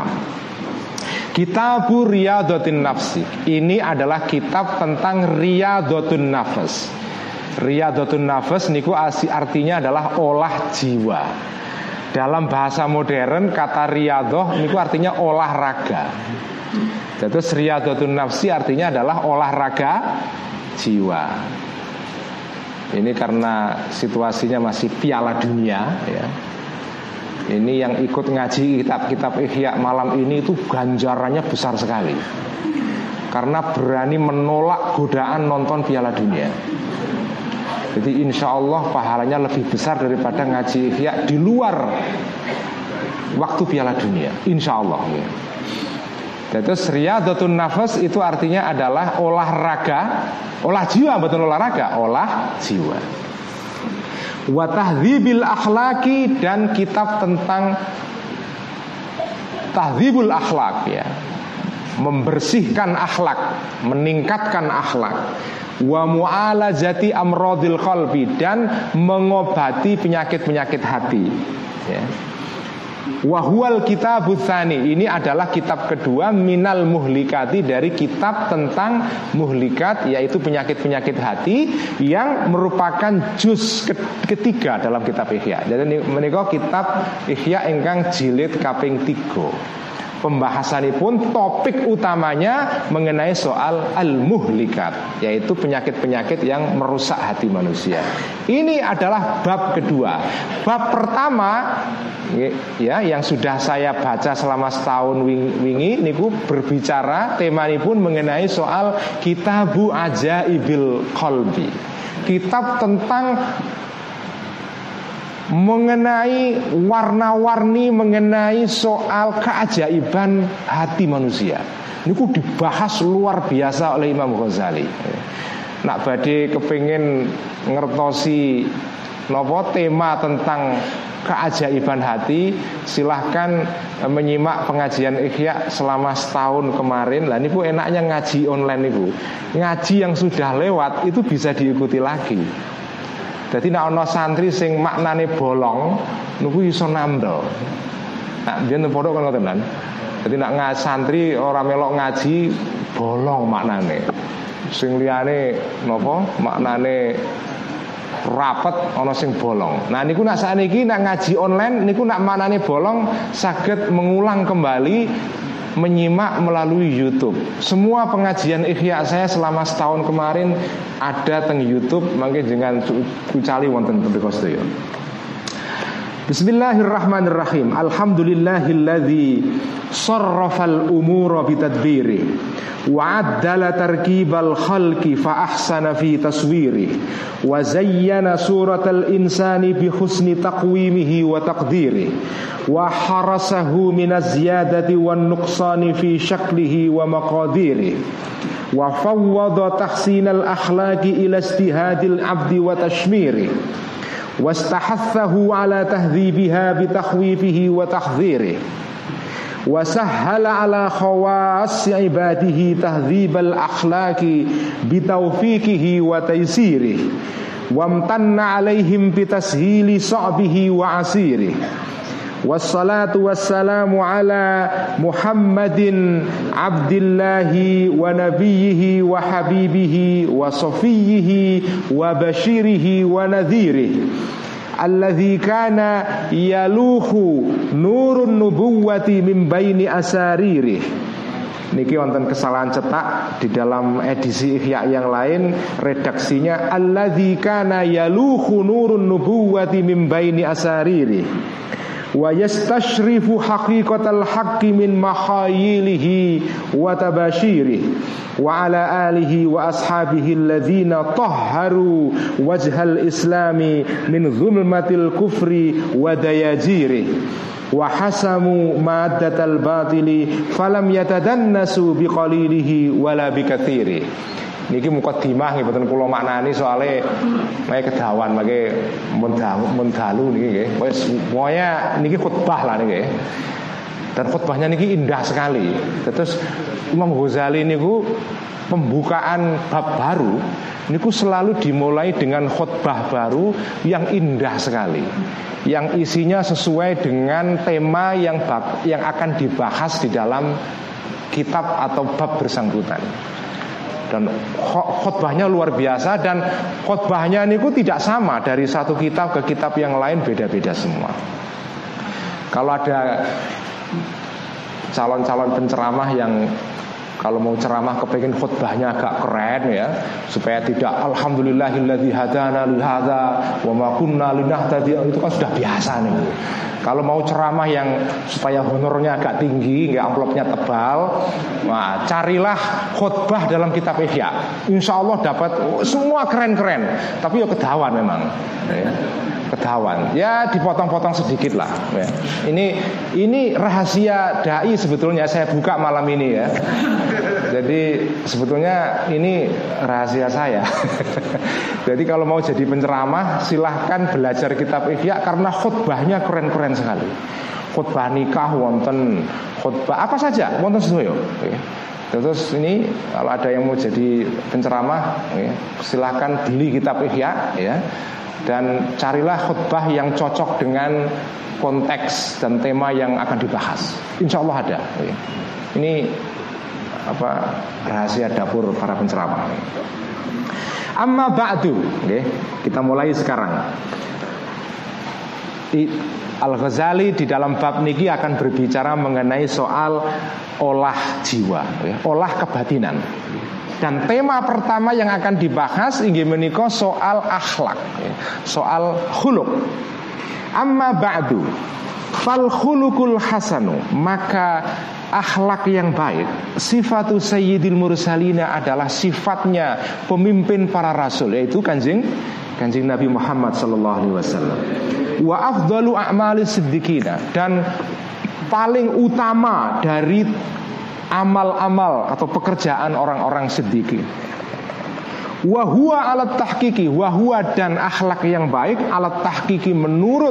Kitabu Riyadhatin Nafsi. Ini adalah kitab tentang Riyadhatun Nafs. Riyadhatun Nafs niku artinya adalah olah jiwa. Dalam bahasa modern kata riyadhah niku artinya olahraga. Terus riyadhatun nafsi artinya adalah olahraga jiwa. Ini karena situasinya masih Piala Dunia ya. Ini yang ikut ngaji kitab-kitab Ihya malam ini itu ganjarannya besar sekali. Karena berani menolak godaan nonton Piala Dunia. Jadi insya Allah pahalanya lebih besar daripada ngaji Ihya di luar waktu Piala Dunia, insya Allah ya. Terus Riyadhatun Nafs itu artinya adalah olahraga, olah jiwa, betul olahraga, olah jiwa. Wa tahdzibil akhlaqi, dan kitab tentang tahdzibul akhlak ya, membersihkan akhlak, meningkatkan akhlak. Wa mu'alajati amradil qalbi, dan mengobati penyakit-penyakit hati ya. Wa huwal kitabut tsani, ini adalah kitab kedua minal muhlikati, dari kitab tentang muhlikat, yaitu penyakit-penyakit hati, yang merupakan juz ketiga dalam kitab Ihya. Jadi menika kitab Ihya ingkang jilid kaping 3. Pembahasanipun topik utamanya mengenai soal al-muhlikat, yaitu penyakit-penyakit yang merusak hati manusia. Ini adalah bab kedua. Bab pertama ya, yang sudah saya baca selama setahun wingi niku berbicara, temanipun mengenai soal Kitabu Ajaibil Qalbi, kitab tentang mengenai warna-warni, mengenai soal keajaiban hati manusia. Ini dibahas luar biasa oleh Imam Ghazali. Nak badhe kepengin ngertosi nopo tema tentang keajaiban hati, silahkan menyimak pengajian Ihya selama setahun kemarin. Lah niku enaknya ngaji online niku. Ngaji yang sudah lewat itu bisa diikuti lagi. Jadi nek ana santri sing maknane bolong, niku iso nambel. Nah, biyen padha kan ngoten kan. Dadi nek santri ora melok ngaji bolong maknane. Sing liyane napa? Maknane rapet ana sing bolong. Nah niku nak sakniki nak ngaji online niku nak maknane bolong saged mengulang kembali menyimak melalui YouTube. Semua pengajian Ihya saya selama setahun kemarin ada teng YouTube, mangke jenengan kucali wonten pendeka sedaya. Bismillahirrahmanirrahim. Alhamdulillahilladzi sarrafal umura bitadbiri wa addala tarkibal khalqi fa ahsana fi taswiri wa zayyana suratal insani bi husni taqwimihi wa taqdiri wa harasahu minaz ziyadati wan nuqsani fi shaklihi wa maqadiri wa fawwada tahsinal akhlaqi ila istihadil abdi wa tashmiri wastahathahu ala tahdhibiha bitakhwifihi wa tahdhiri wa sahhala ala khawas ibadihi tahdhibal akhlaqi bitawfiqihi wa taysiri wa amtanna alaihim bitashili sa'bihi wa asiri wassalatu wassalamu ala Muhammadin abdillahi wa nabiyyihi wa habibihi wa safiyyihi wa bashirihi wa nadhirihi alladzi kana yaluhu nurun nubuwwati min baini asariri. Niki wonten kesalahan cetak di dalam edisi Ihya yang lain, redaksinya alladzi kana yaluhu nurun nubuwwati min baini asariri wa yastashrifu haqiqatal haqqi min mahayilihi wa tabashiri wa ala alihi wa ashabihi alladhina tahharu wajhal islami min zulmatil kufri wa dayajiri wa hasamu maddatal batili falam yatadannasu biqalilihi wala bikathiri. Niki mukaddimah nggih mboten kula maknani soalé mangke kedawan mangke mun dalu niki nggih. Wis moya niki khutbah lah niki. Dan khutbahnya niki indah sekali. Terus Imam Ghazali niku pembukaan bab baru niku selalu dimulai dengan khutbah baru yang indah sekali, yang isinya sesuai dengan tema yang akan dibahas di dalam kitab atau bab bersangkutan. Dan khutbahnya luar biasa, dan khutbahnya niku tidak sama dari satu kitab ke kitab yang lain, beda-beda semua. Kalau ada calon-calon penceramah yang kalau mau ceramah kepengin khutbahnya agak keren ya, supaya tidak alhamdulillahilladzi hadana li hadza wa ma kunna linahtadiya, itu kan sudah biasa nih. Kalau mau ceramah yang supaya honornya agak tinggi, nggak amplopnya tebal, nah, carilah khutbah dalam kitab Ihya. Insya Allah dapat semua keren-keren. Tapi ya kedawan memang, ya. Kedawan. Ya dipotong-potong sedikit lah. Ya. Ini rahasia dai sebetulnya saya buka malam ini ya. Jadi sebetulnya ini rahasia saya. Jadi kalau mau jadi penceramah silahkan belajar kitab Ihya, karena khutbahnya keren-keren sekali. Khutbah nikah wonten, khutbah apa saja wonten sedoyo. Terus ini kalau ada yang mau jadi penceramah, silahkan beli kitab Ihya ya, dan carilah khutbah yang cocok dengan konteks dan tema yang akan dibahas. Insya Allah ada. Ini rahasia dapur para penceramah. Amma ba'du, kita mulai sekarang. Al-Ghazali di dalam bab niki akan berbicara mengenai soal olah jiwa, olah kebatinan. Dan tema pertama yang akan dibahas inggih menika soal akhlak, soal khuluq. Amma ba'du, fal khuluqul hasanu, maka akhlak yang baik, sifatu sayyidil mursalina, adalah sifatnya pemimpin para rasul, yaitu kanjeng Nabi Muhammad sallallahu alaihi wasallam. Wa afdalu a'mali siddiqina, dan paling utama dari amal-amal atau pekerjaan orang-orang siddiqin. Wa huwa alat tahqiqi, wa huwa, dan akhlak yang baik alat tahqiqi, menurut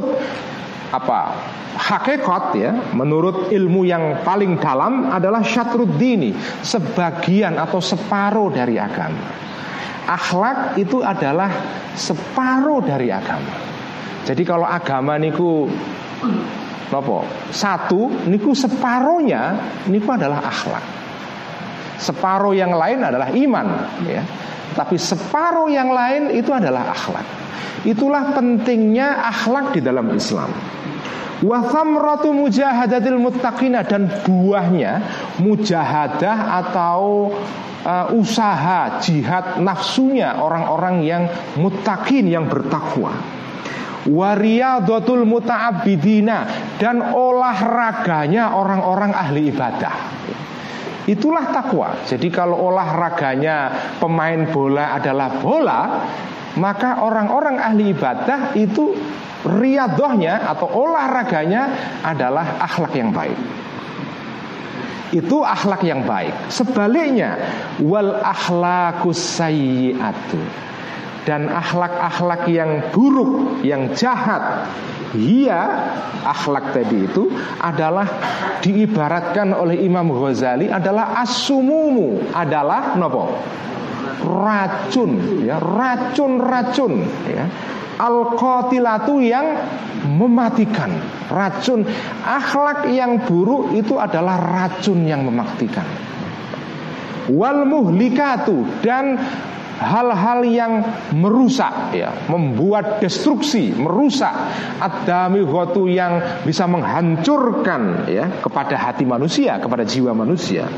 hakikat ya, menurut ilmu yang paling dalam adalah syatruddini, sebagian atau separuh dari agama. Akhlak itu adalah separuh dari agama. Jadi kalau agama niku Napa? Satu niku separohnya niku adalah akhlak. Separuh yang lain adalah iman, ya. Tapi separuh yang lain itu adalah akhlak. Itulah pentingnya akhlak di dalam Islam. Wa thamratu mujahadatil muttaqina, dan buahnya mujahadah atau usaha jihad nafsunya orang-orang yang muttaqin, yang bertakwa. Wariyadatul muta'abbidina, dan olahraganya orang-orang ahli ibadah. Itulah takwa. Jadi kalau olahraganya pemain bola adalah bola, maka orang-orang ahli ibadah itu riyadhahnya atau olahraganya adalah akhlak yang baik. Itu akhlak yang baik. Sebaliknya, wal akhlaqus sayyi'atu, dan akhlak-akhlak yang buruk, yang jahat, iya, akhlak tadi itu adalah diibaratkan oleh Imam Ghazali adalah as-sumumu, adalah nopo? Racun, ya, racun-racun, ya. Al-qatilatu, yang mematikan. Racun. Akhlak yang buruk itu adalah racun yang mematikan. Wal muhlikatu, dan hal-hal yang merusak, ya, membuat destruksi, merusak. Ad-damighatu, yang bisa menghancurkan, ya, kepada hati manusia, kepada jiwa manusia.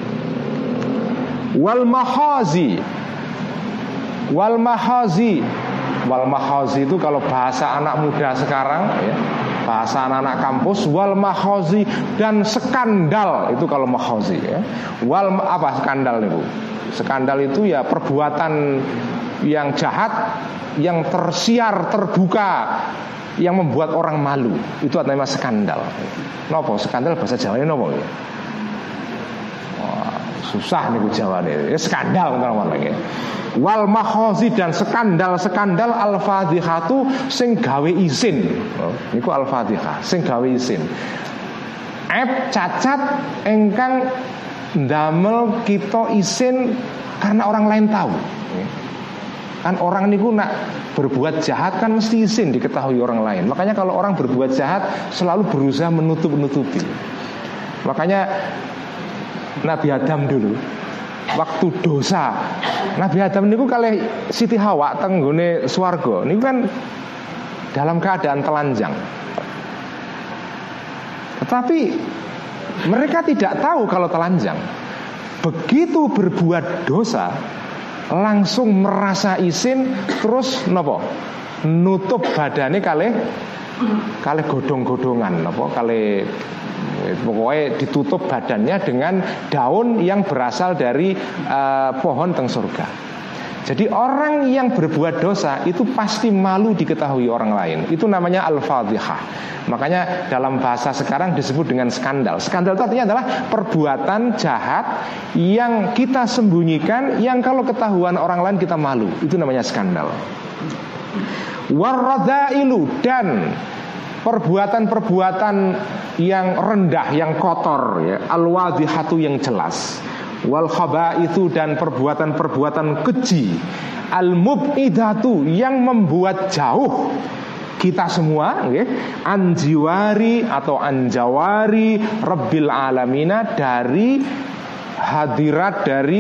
Wal mahazi. Wal mahazi. Wal mahazi itu kalau bahasa anak muda sekarang, ya, bahasa anak-anak kampus, wal mahazi, dan skandal itu kalau mahazi, ya. Wal apa skandal itu? Skandal itu ya perbuatan yang jahat, yang tersiar, terbuka, yang membuat orang malu. Itu namanya skandal. Nopo skandal bahasa Jawanya nopo? Susah nih Jawanya. Ya skandal teman-teman lagi. Wal makhozi, dan skandal-skandal al-fadhihatu sing gawe isin. Niku al-fadhihah sing gawe isin. Aib cacat engkang ndamel kita isin karena orang lain tahu. Kan orang niku nak berbuat jahat kan mesti isin diketahui orang lain. Makanya kalau orang berbuat jahat selalu berusaha menutup-nutupi. Makanya Nabi Adam dulu waktu dosa, Nabi Adam niku kalih Siti Hawa tenggone swarga niku kan dalam keadaan telanjang. Tetapi mereka tidak tahu kalau telanjang. Begitu berbuat dosa langsung merasa isin, terus nopo? Nutup badannya kalih godong-godongan, nopo? Pokoknya ditutup badannya dengan daun yang berasal dari pohon teng surga. Jadi orang yang berbuat dosa itu pasti malu diketahui orang lain. Itu namanya al-fadhihah. Makanya dalam bahasa sekarang disebut dengan skandal. Skandal itu artinya adalah perbuatan jahat yang kita sembunyikan, yang kalau ketahuan orang lain kita malu. Itu namanya skandal. Waradailu, dan perbuatan-perbuatan yang rendah, yang kotor, ya, al-wadhihatu, yang jelas. Wal khaba'ithu, dan perbuatan-perbuatan keji, al-mub'idatu, yang membuat jauh kita semua, okay, anjiwari atau anjawari rabbil alamina, dari hadirat,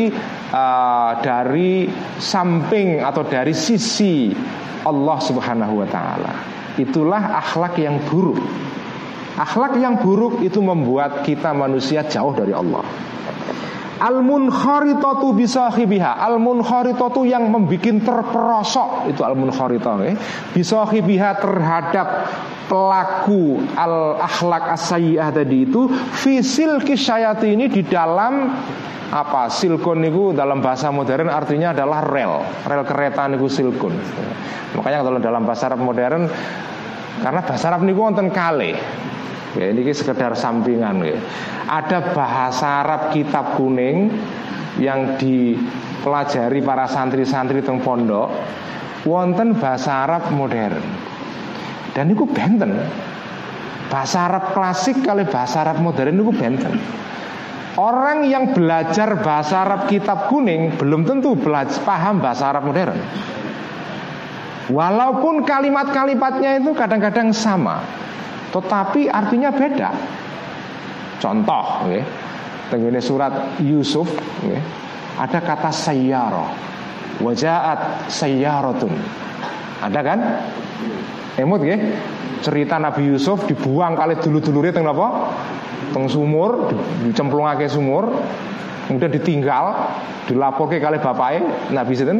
dari samping atau dari sisi Allah Subhanahu wa ta'ala. Itulah akhlak yang buruk. Akhlak yang buruk itu membuat kita manusia jauh dari Allah. Al-munkharitatu bisahibiha. Al-munkharitatu, yang membikin terperosok, itu al-munkharitah, bisahibiha, terhadap pelaku al-akhlak as-sayyi'ah tadi itu, fisil kisyayati, ini di dalam apa? Silkon itu dalam bahasa modern artinya adalah rel kereta niku silkon. Makanya kalau dalam bahasa Arab modern, karena bahasa Arab niku wonten kalih. Ya, ini sekedar sampingan, ya. Ada bahasa Arab kitab kuning yang dipelajari para santri-santri teng pondok, wonten bahasa Arab modern. Dan niku benten. Bahasa Arab klasik kali bahasa Arab modern niku benten. Orang yang belajar bahasa Arab kitab kuning belum tentu paham bahasa Arab modern. Walaupun kalimat-kalimatnya itu kadang-kadang sama, tetapi artinya beda. Contoh, tenggene surat Yusuf, ada kata sayyarah, wajaat sayyaratun. Ada kan? Emut cerita Nabi Yusuf dibuang kali dulu-dulure teng napa? Teng sumur, dicemplungake sumur, kemudian ditinggal, dilaporke kali bapake Nabi sinten?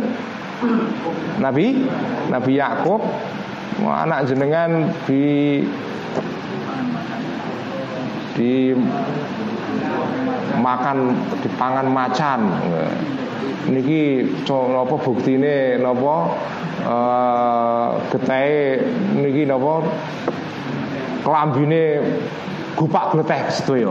Nabi Yakub. Anak jenengan dipangan macan. Niki napa buktine napa getahe niki napa klambine gupak gletek sedaya.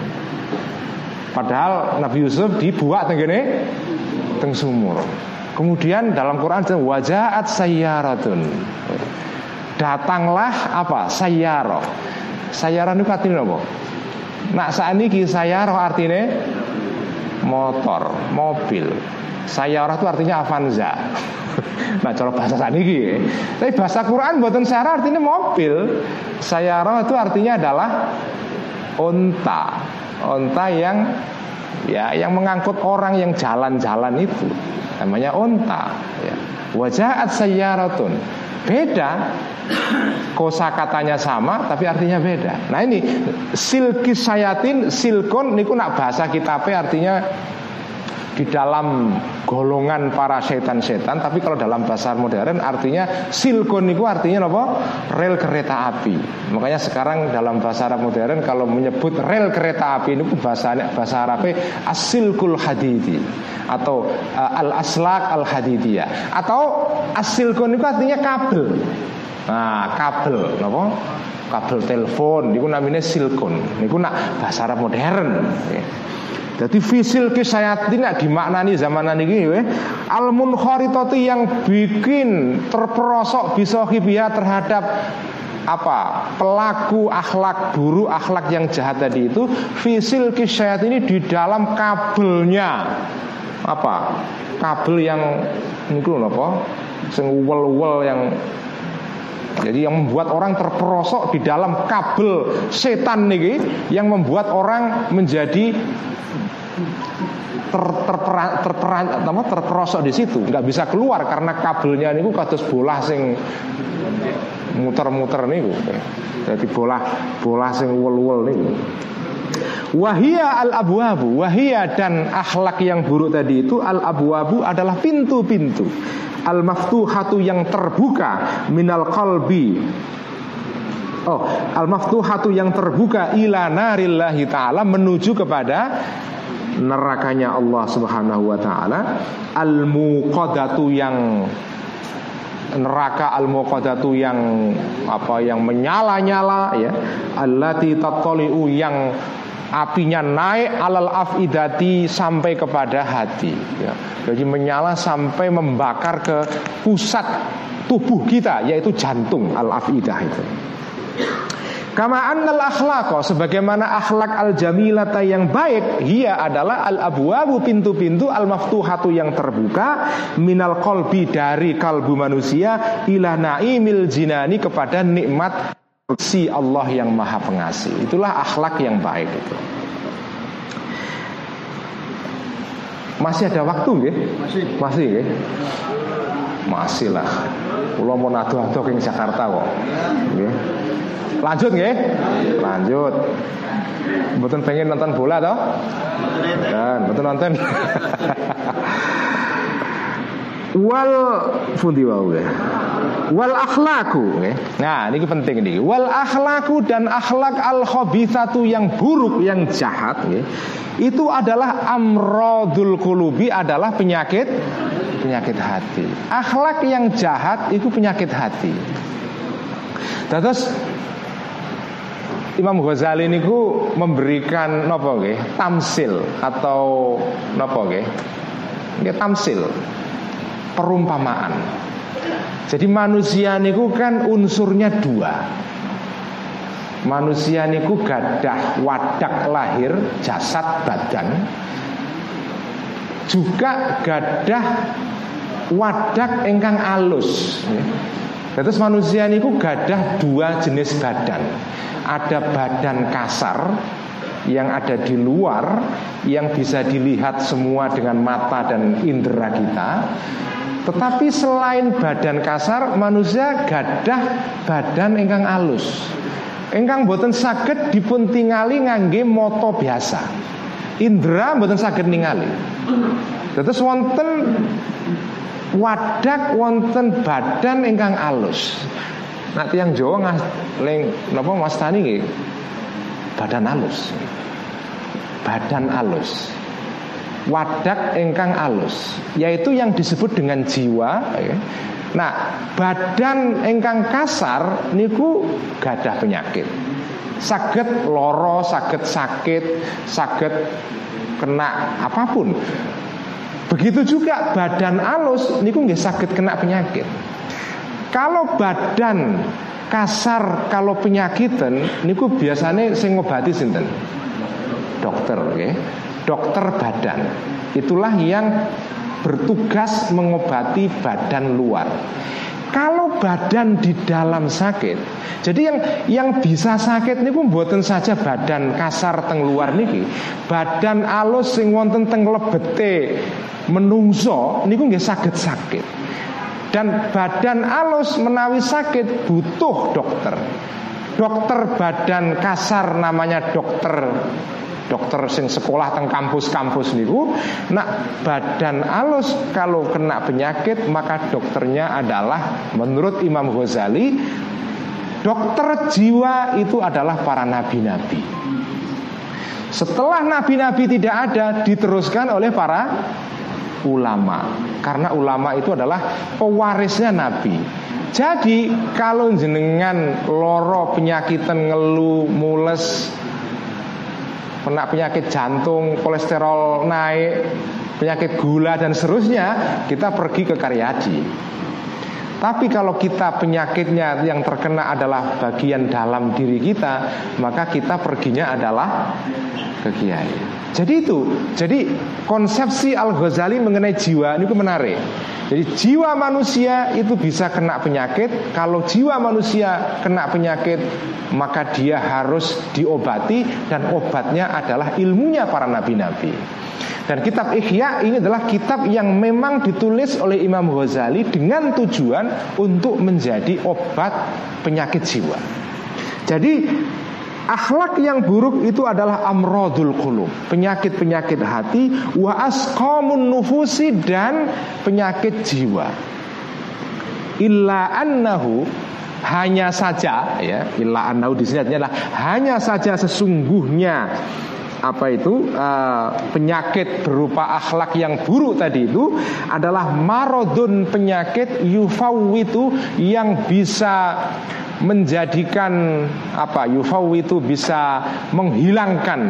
Padahal Nabi Yusuf dibuak teng sumur. Kemudian dalam Quran wajaat sayyaratun. Datanglah apa? Sayyarah. Sayyarah niku artine apa? Nak sakniki sayyarah artine motor, mobil. Sayyarah itu artinya Avanza. Nah, cara bahasa sakniki. Tapi bahasa Quran mboten sayyarah artinya mobil. Sayyarah itu artinya adalah unta. Unta yang mengangkut orang yang jalan-jalan itu. Namanya unta, ya. Wajaat sayyaratun. Beda. Kosakatanya sama tapi artinya beda. Nah ini silkis sayatin, silkon niku nak bahasa kitabe artinya di dalam golongan para setan-setan. Tapi kalau dalam bahasa modern artinya silkon niku artinya apa? Rel kereta api. Makanya sekarang dalam bahasa Arab modern kalau menyebut rel kereta api niku bahasa Arabnya as-silkul hadidi atau al-aslak al-hadidiyah atau as-silkon niku artinya kabel. Nah, kabel, napa? Kabel telepon, niku namanya silkon. Niku nak bahasa Arab modern. Jadi fisil kisayatin dimaknani zaman niki al-munkharittati yang bikin terperosok bisohibia terhadap apa? Pelaku akhlak buruk, akhlak yang jahat tadi itu fisil kisayat ini di dalam kabelnya. Apa? Kabel yang niku napa? Sing uwel-uwel yang jadi yang membuat orang terperosok di dalam kabel setan niki, yang membuat orang menjadi terperosok di situ, nggak bisa keluar karena kabelnya niku kados bola sing muter-muter niku. Jadi bola sing uwel-uwel niku. Wahia al-abwabu, wahia dan akhlak yang buruk tadi itu al-abwabu adalah pintu-pintu. Al-maftuhatu yang terbuka minal qalbi. Al-maftuhatu yang terbuka ila narillahi ta'ala, menuju kepada nerakanya Allah Subhanahu wa taala. Al-muqaddatu yang neraka, al-muqaddatu yang apa, yang menyala-nyala ya. Allati tattali'u, yang apinya naik alal afidati, sampai kepada hati ya. Jadi menyala sampai membakar ke pusat tubuh kita, yaitu jantung, al-afidah itu. Kama annal akhlaqa, sebagaimana akhlak al-jamilata yang baik, ia adalah al-abwabu, pintu-pintu, al-maftuhatu yang terbuka, minal qalbi, dari kalbu manusia, ila naimil jinani, kepada nikmat si Allah yang maha pengasih. Itulah akhlak yang baik itu. Masih ada waktu nggih? Masih nggih? Masih lah. Kula mau ado-ado ke Jakarta kok. Nggih. Lanjut nggih? Lanjut. Mboten pengen nonton bola toh? Dan mboten nonton. Wal fundi wae. Wal akhlaku. Nah, ini penting nih. Wal akhlaku, dan akhlak al khabithatu yang buruk, yang jahat, itu adalah amradul qulubi, adalah penyakit hati. Akhlak yang jahat itu penyakit hati. Terus Imam Ghazali niku memberikan napa nggih? Tamsil atau napa nggih? Nggih, tamsil. Perumpamaan. Jadi manusia niku kan unsurnya dua. Manusia niku gadah wadak lahir, jasad badan, juga gadah wadak ingkang alus. Terus manusia niku gadah dua jenis badan. Ada badan kasar yang ada di luar, yang bisa dilihat semua dengan mata dan indera kita. Tetapi selain badan kasar, manusia gadah badan ingkang alus, ingkang boten saged dipun tingali ngangge mata biasa. Indera boten saged ningali. Terus wonten wadak, wonten badan ingkang alus. Nah, tiyang Jawa mastani nggih badan alus. Badan alus, wadak ingkang alus, yaitu yang disebut dengan jiwa. Nah, badan ingkang kasar niku gadah penyakit, saged loro, saged sakit, saged kena apapun. Begitu juga badan alus niku nggih saged kena penyakit. Kalau badan kasar, kalau penyakitan niku biasanya sing ngobati sinten? Dokter, okay? Dokter badan. Itulah yang bertugas mengobati badan luar. Kalau badan di dalam sakit, jadi yang bisa sakit niku mboten saja badan kasar teng luar niki, badan alus sing wonten teng lebete menungso niku nggih saged sakit. Dan badan alus menawi sakit butuh dokter. Dokter badan kasar namanya dokter sing sekolah teng kampus-kampus niku. Nah, badan alus kalau kena penyakit maka dokternya adalah menurut Imam Ghazali, dokter jiwa itu adalah para nabi-nabi. Setelah nabi-nabi tidak ada, diteruskan oleh para ulama. Karena ulama itu adalah pewarisnya nabi. Jadi kalau jenengan loro penyakitan ngeluh, mules, kena penyakit jantung, kolesterol naik, penyakit gula dan seterusnya, kita pergi ke Karyadi. Tapi kalau kita penyakitnya yang terkena adalah bagian dalam diri kita, maka kita perginya adalah ke kiai. Jadi konsepsi Al-Ghazali mengenai jiwa ini menarik. Jadi jiwa manusia itu bisa kena penyakit. Kalau jiwa manusia kena penyakit, maka dia harus diobati, dan obatnya adalah ilmunya para nabi-nabi. Dan kitab Ihya ini adalah kitab yang memang ditulis oleh Imam Ghazali dengan tujuan untuk menjadi obat penyakit jiwa. Jadi akhlak yang buruk itu adalah amradul qulub, penyakit-penyakit hati, wa asqamun nufusi, dan penyakit jiwa. Illa annahu, hanya saja ya, illa annahu di sini adalah hanya saja sesungguhnya penyakit berupa akhlak yang buruk tadi itu adalah maradun, penyakit yufawwitu, yang bisa menjadikan yufawwitu, bisa menghilangkan,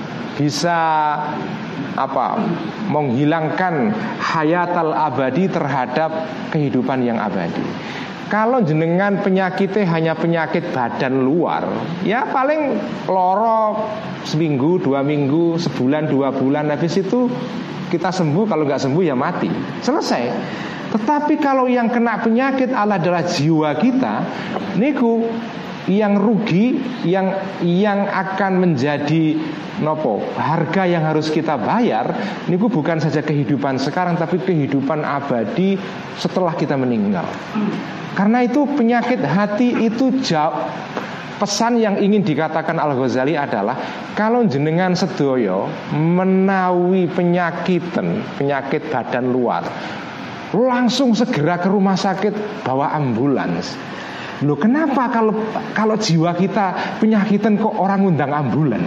menghilangkan hayatal abadi, terhadap kehidupan yang abadi. Kalau jenengan penyakitnya hanya penyakit badan luar, ya paling loro seminggu, 2 minggu, sebulan, 2 bulan, habis itu kita sembuh. Kalau nggak sembuh ya mati, selesai. Tetapi kalau yang kena penyakit adalah jiwa kita, niku yang rugi, yang akan menjadi harga yang harus kita bayar, niku bukan saja kehidupan sekarang, tapi kehidupan abadi setelah kita meninggal. Karena itu penyakit hati itu jauh. Pesan yang ingin dikatakan Al-Ghazali adalah, kalau jenengan sedoyo menawi penyakit badan luar, langsung segera ke rumah sakit, bawa ambulans. Loh, kenapa kalau jiwa kita penyakitan kok orang undang ambulan?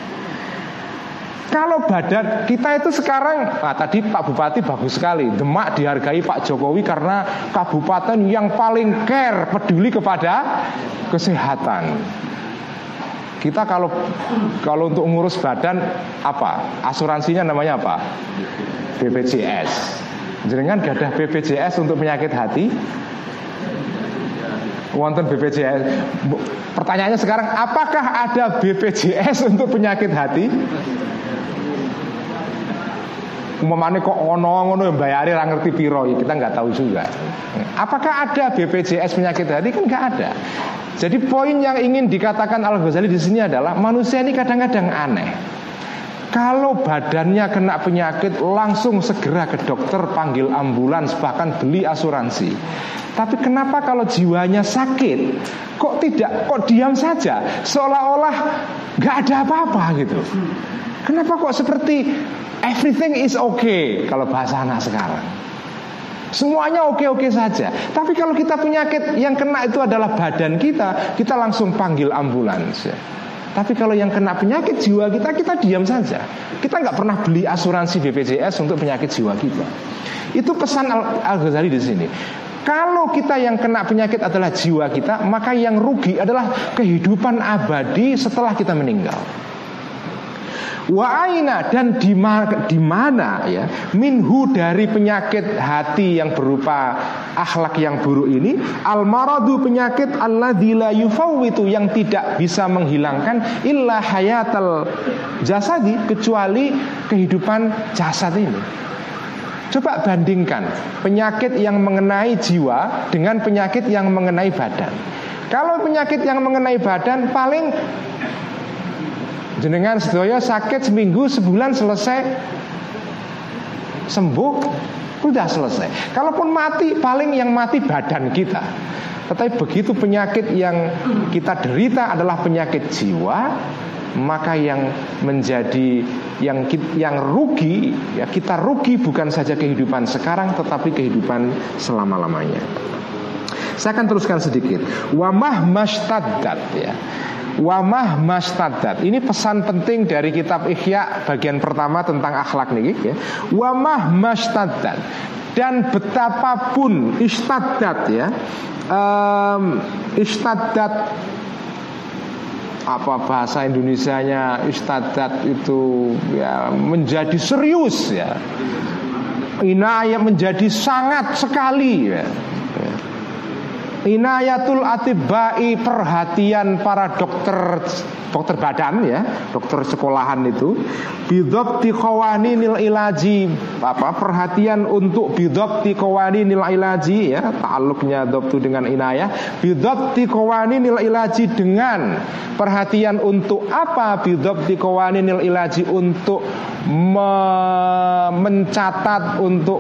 Kalau badan kita itu sekarang, tadi Pak Bupati bagus sekali, Demak dihargai Pak Jokowi karena kabupaten yang paling care, peduli kepada kesehatan. Kita kalau untuk ngurus badan, asuransinya namanya apa? BPJS. Jenengan gadah BPJS untuk penyakit hati? Wonten BPJS. Pertanyaannya sekarang, apakah ada BPJS untuk penyakit hati? Umpamane kok ngono yang bayari ra ngerti piro, ya kita nggak tahu juga. Apakah ada BPJS penyakit hati? Kan nggak ada. Jadi poin yang ingin dikatakan Al-Ghazali di sini adalah manusia ini kadang-kadang aneh. Kalau badannya kena penyakit langsung segera ke dokter, panggil ambulans, bahkan beli asuransi. Tapi kenapa kalau jiwanya sakit kok diam saja, seolah-olah nggak ada apa-apa gitu. Kenapa kok seperti everything is okay kalau bahasa anak sekarang? Semuanya oke-oke saja. Tapi kalau kita penyakit yang kena itu adalah badan kita, kita langsung panggil ambulans ya. Tapi kalau yang kena penyakit jiwa kita diam saja. Kita nggak pernah beli asuransi BPJS untuk penyakit jiwa kita. Itu pesan Al-Ghazali di sini. Kalau kita yang kena penyakit adalah jiwa kita, maka yang rugi adalah kehidupan abadi setelah kita meninggal. Wa aina, dan di mana ya minhu, dari penyakit hati yang berupa akhlak yang buruk ini, al maradu, penyakit alladzi la yufawwitu, yang tidak bisa menghilangkan illa hayatal jasadi, kecuali kehidupan jasad ini. Coba bandingkan penyakit yang mengenai jiwa dengan penyakit yang mengenai badan. Kalau penyakit yang mengenai badan paling jenengan sedaya sakit seminggu sebulan selesai sembuh, sudah selesai. Kalaupun mati, paling yang mati badan kita. Tetapi begitu penyakit yang kita derita adalah penyakit jiwa, maka yang menjadi yang rugi ya, kita rugi bukan saja kehidupan sekarang tetapi kehidupan selama-lamanya. Saya akan teruskan sedikit. Wa mahmastaddat ya. Wa mahmastaddat. Ini pesan penting dari kitab Ihya bagian pertama tentang akhlak nih ya. Wa mahmastaddat, dan betapapun istaddat ya. Istaddat, apa bahasa Indonesianya istaddat itu ya, menjadi serius ya. Inayah menjadi sangat sekali ya. Inayatul atibbai, perhatian para dokter badan ya, dokter sekolahan itu, bidhabti qawaninil ilaji, perhatian untuk bidhabti qawaninil ilaji ya, ta'alluqnya dhabtu dengan inayah, bidhabti qawaninil ilaji, dengan perhatian untuk apa? Bidhabti qawaninil ilaji, untuk mencatat, untuk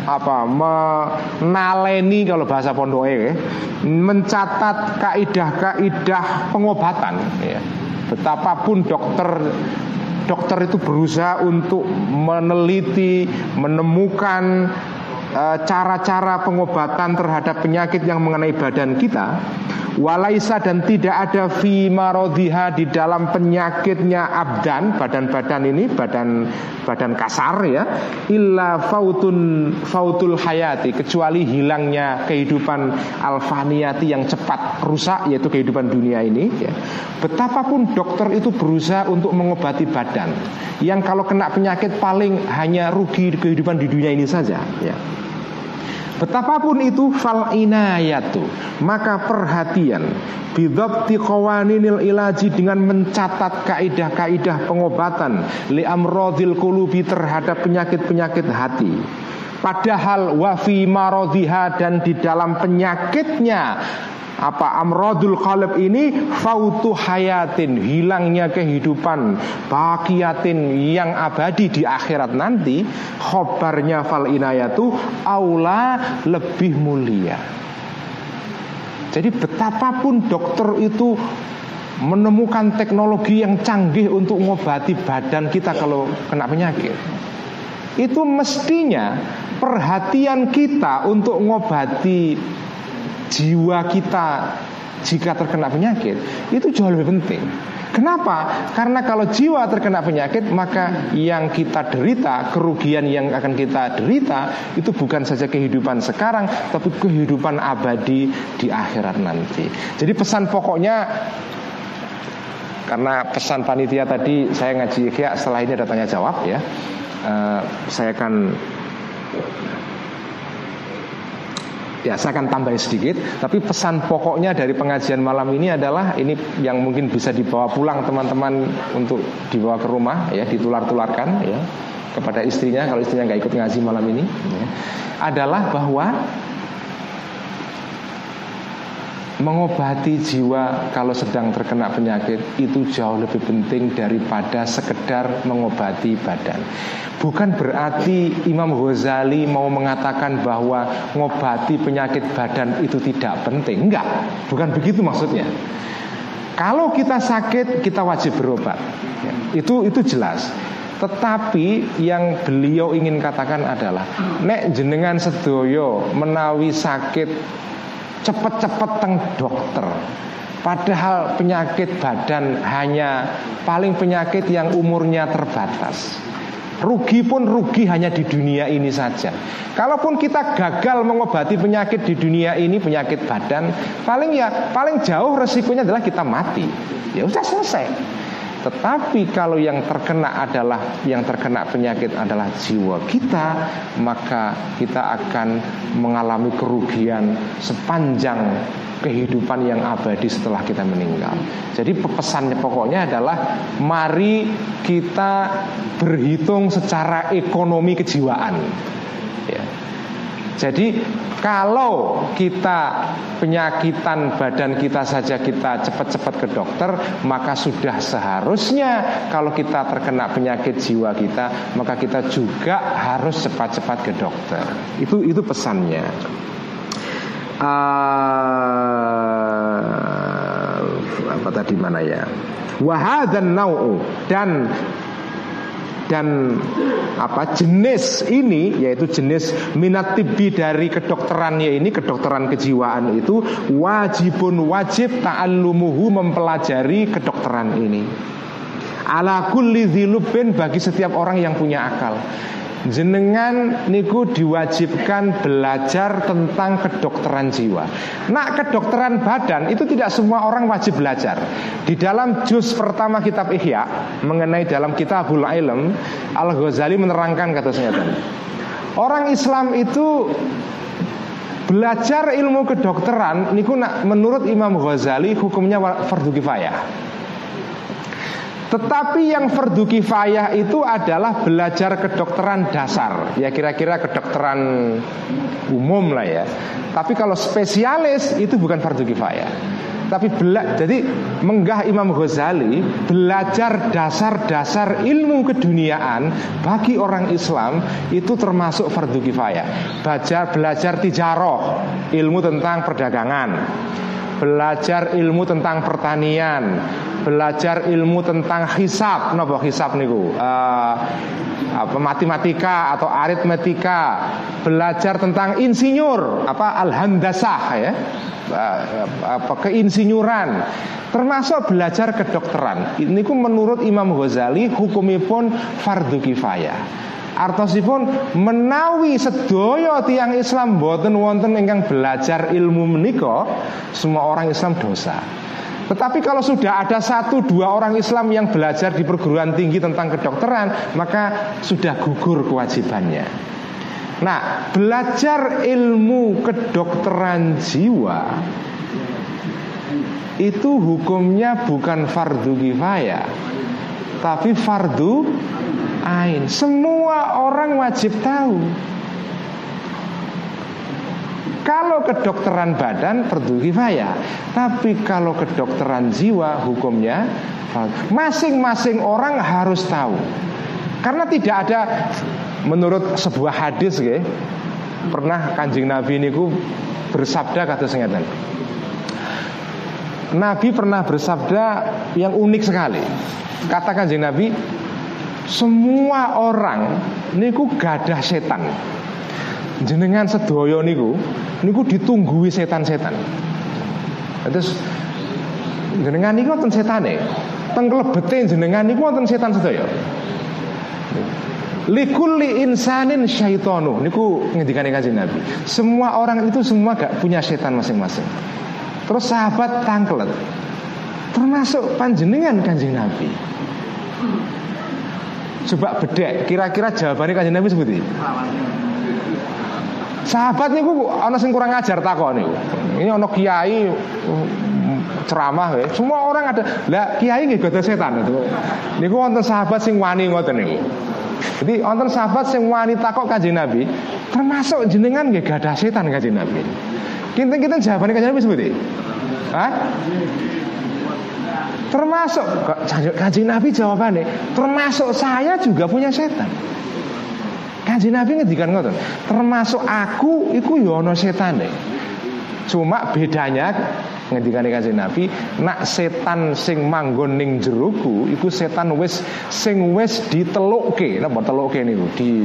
menaleni kalau bahasa pondoke ya, mencatat kaidah-kaidah pengobatan ya. Betapapun dokter itu berusaha untuk meneliti, menemukan cara-cara pengobatan terhadap penyakit yang mengenai badan kita. Walaisa, dan tidak ada fi marodhiha, di dalam penyakitnya abdan, badan-badan ini, badan kasar ya, illa fautul hayati, kecuali hilangnya kehidupan alfaniyati yang cepat rusak, yaitu kehidupan dunia ini ya. Betapapun dokter itu berusaha untuk mengobati badan yang kalau kena penyakit paling hanya rugi kehidupan di dunia ini saja ya. Betapapun itu fal inayatu, maka perhatian bidhabti qawaninil ilaji, dengan mencatat kaidah-kaidah pengobatan li amradil qulubi, terhadap penyakit-penyakit hati. Padahal wa fi maradhiha, dan di dalam penyakitnya amradul qalb ini, fautu hayatin, hilangnya kehidupan, baqiyatin, yang abadi di akhirat nanti. Khobarnya fal inayatu aula, lebih mulia. Jadi betapapun dokter itu menemukan teknologi yang canggih untuk mengobati badan kita kalau kena penyakit, itu mestinya perhatian kita untuk mengobati jiwa kita jika terkena penyakit itu jauh lebih penting. Kenapa? Karena kalau jiwa terkena penyakit, maka yang kita derita, kerugian yang akan kita derita, itu bukan saja kehidupan sekarang, tapi kehidupan abadi di akhirat nanti. Jadi pesan pokoknya, karena pesan panitia tadi saya ngaji Ihya, setelah ini ada tanya jawab ya, saya akan tambah sedikit. Tapi pesan pokoknya dari pengajian malam ini adalah, ini yang mungkin bisa dibawa pulang teman-teman untuk dibawa ke rumah ya, ditular-tularkan ya. kepada istrinya, kalau istrinya nggak ikut ngaji malam ini, adalah bahwa mengobati jiwa kalau sedang terkena penyakit itu jauh lebih penting daripada sekedar mengobati badan. Bukan berarti Imam Ghazali mau mengatakan bahwa mengobati penyakit badan itu tidak penting. Enggak, bukan begitu maksudnya. Kalau kita sakit, kita wajib berobat. Itu jelas. Tetapi yang beliau ingin katakan adalah, nek jenengan sedoyo menawi sakit cepet-cepet teng dokter, padahal penyakit badan hanya paling penyakit yang umurnya terbatas. Rugi pun rugi hanya di dunia ini saja. Kalaupun kita gagal mengobati penyakit di dunia ini, penyakit badan, paling jauh resikonya adalah kita mati. Ya sudah selesai. Tetapi kalau yang terkena penyakit adalah jiwa kita, maka kita akan mengalami kerugian sepanjang kehidupan yang abadi setelah kita meninggal. Jadi pesannya pokoknya adalah mari kita berhitung secara ekonomi kejiwaan. Ya. Jadi kalau kita penyakitan badan kita saja kita cepat-cepat ke dokter, maka sudah seharusnya kalau kita terkena penyakit jiwa kita, maka kita juga harus cepat-cepat ke dokter. Itu pesannya. Apa tadi mana ya? Wahadan nau'u, dan jenis ini, yaitu jenis minat tibbi dari kedokterannya ini, kedokteran kejiwaan itu wajib ta'allumuhu, mempelajari kedokteran ini ala kulli dzilubin, bagi setiap orang yang punya akal. Jenengan niku diwajibkan belajar tentang kedokteran jiwa. Nah, kedokteran badan itu tidak semua orang wajib belajar. Di dalam juz pertama kitab Ihya mengenai dalam Kitabul Ilm, Al-Ghazali menerangkan katanya tadi, orang Islam itu belajar ilmu kedokteran niku menurut Imam Ghazali hukumnya fardu kifayah. Tetapi yang fardu kifayah itu adalah belajar kedokteran dasar, ya kira-kira kedokteran umum lah ya. Tapi kalau spesialis itu bukan fardu kifayah. Tapi jadi menggah Imam Ghazali, belajar dasar-dasar ilmu keduniaan bagi orang Islam itu termasuk fardu kifayah. Belajar tijaroh, ilmu tentang perdagangan, belajar ilmu tentang pertanian, belajar ilmu tentang hisab, napa hisab niku? Matematika atau aritmetika, belajar tentang insinyur, al-handasah ya. Keinsinyuran, termasuk belajar kedokteran. Niku menurut Imam Ghazali hukumipun fardu kifayah. Artosipun menawi sedaya tiyang Islam boten wonten ingkang belajar ilmu menika, semua orang Islam dosa. Tetapi kalau sudah ada 1-2 orang Islam yang belajar di perguruan tinggi tentang kedokteran, maka sudah gugur kewajibannya. Nah, belajar ilmu kedokteran jiwa itu hukumnya bukan fardu kifayah, tapi fardu ain. Semua orang wajib tahu. Kalau kedokteran badan fardu kifayah, tapi kalau kedokteran jiwa hukumnya masing-masing orang harus tahu. Karena tidak ada, menurut sebuah hadis pernah Kanjeng Nabi niku bersabda kata sengatan. Nabi pernah bersabda yang unik sekali. Kata Kanjeng Nabi, semua orang niku gadah setan. Jenengan sedaya niku ditungguhi setan-setan. Terus jenengan niku wonten setane. Teng klebete jenengan niku wonten setan sedaya. Likulli insanin syaitanu, niku ngendikane Kanjeng Nabi. Semua orang itu semua gak punya setan masing-masing. Terus sahabat tangklet, termasuk panjenengan Kanjeng Nabi. Coba bedek, kira-kira jawabannya Kanjeng Nabi seperti ini. Sahabat niku ana sing kurang ajar takon niku. Ini ana kiai ceramah semua orang ada. Lah kiai nggih gadah setan itu. Niku wonten sahabat sing wani ngoten niku. Jadi wonten sahabat sing wani takok Kanjeng Nabi, termasuk jenengan nggih gadah setan Kanjeng Nabi. Kinten-kinten jawabane Kanjeng Nabi seperti. Hah? Termasuk Kanjeng Nabi jawabannya, termasuk saya juga punya setan. Kanjeng Nabi ngendikan ngoten, termasuk aku iku ya ana setane. Cuma bedanya ngendikane Kanjeng Nabi, nak setan sing manggon ning jeroku iku setan sing wis ditelukke. Napa telukke niku?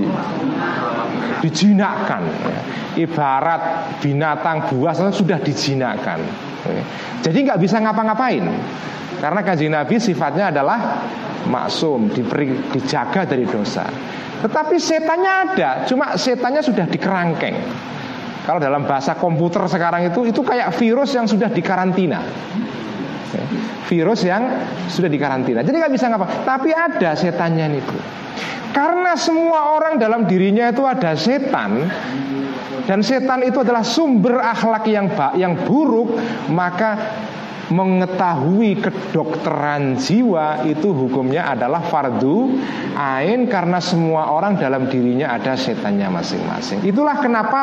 Dijinakkan. Ibarat binatang buas sudah dijinakkan. Jadi nggak bisa ngapa-ngapain. Karena Kanjeng Nabi sifatnya adalah maksum, dijaga dari dosa. Tetapi setannya ada, cuma setannya sudah dikerangkeng. Kalau dalam bahasa komputer sekarang itu kayak virus yang sudah dikarantina. Virus yang sudah dikarantina. Jadi nggak bisa ngapa. Tapi ada setannya itu. Karena semua orang dalam dirinya itu ada setan, dan setan itu adalah sumber akhlak yang buruk, maka mengetahui kedokteran jiwa itu hukumnya adalah fardu ain, karena semua orang dalam dirinya ada setannya masing-masing. Itulah kenapa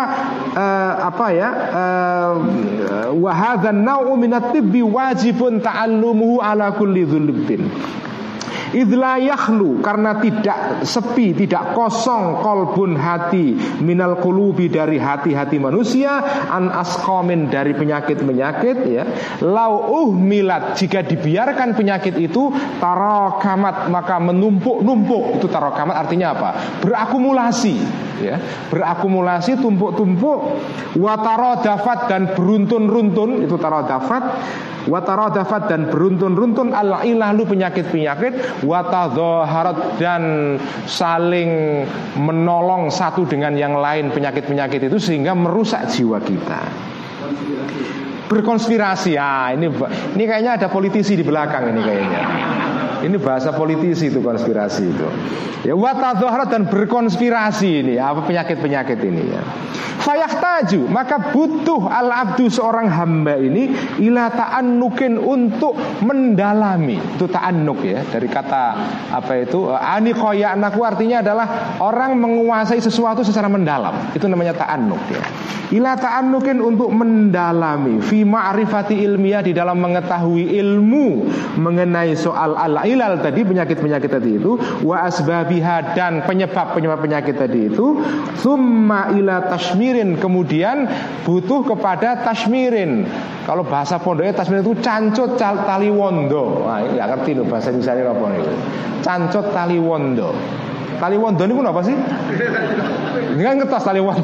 wa hadzan nau'u minat tibbi wajibun ta'allumuhu ala kulli dzulbin. Idla yakhlu, karena tidak sepi, tidak kosong kolbun hati minal qulubi, dari hati-hati manusia, an asqamin, dari penyakit-penyakit ya. Lau milat, jika dibiarkan penyakit itu tarakamat, maka menumpuk-numpuk. Itu tarakamat artinya apa? Berakumulasi ya. Berakumulasi, tumpuk-tumpuk. Wa taradafat, dan beruntun-runtun. Itu taradafat. Wataradafat, dan beruntun-runtun, al-ilalu, penyakit-penyakit, watadzaharat, dan saling menolong satu dengan yang lain penyakit-penyakit itu, sehingga merusak jiwa kita. Berkonspirasi, ini kayaknya ada politisi di belakang ini kayaknya. Ini bahasa politisi itu, konspirasi itu. Ya, watadzaharat, dan berkonspirasi ini, apa penyakit-penyakit ini ya. Fayahtaju, maka butuh al-abdu, seorang hamba ini, ila ta'annukin, untuk mendalami. Itu ta'annuk ya, dari kata apa itu, aniqayanaku, artinya adalah orang menguasai sesuatu secara mendalam. Itu namanya ta'annuk ya. Ila ta'annukin, untuk mendalami, fi ma'rifati ilmiah, di dalam mengetahui ilmu mengenai soal al-ilal tadi, penyakit-penyakit tadi itu, wa asbabiha, dan penyebab-penyebab penyakit tadi itu, summa ila tashmirin, kemudian butuh kepada tashmirin. Kalau bahasa pondoknya tashmirin itu cancut tali wondo. Nah, nggak ngerti loh bahasa misalnya apa nih? Cancut tali wondo. Tali wondo ini apa sih? Ini kan ngetos tali wondo.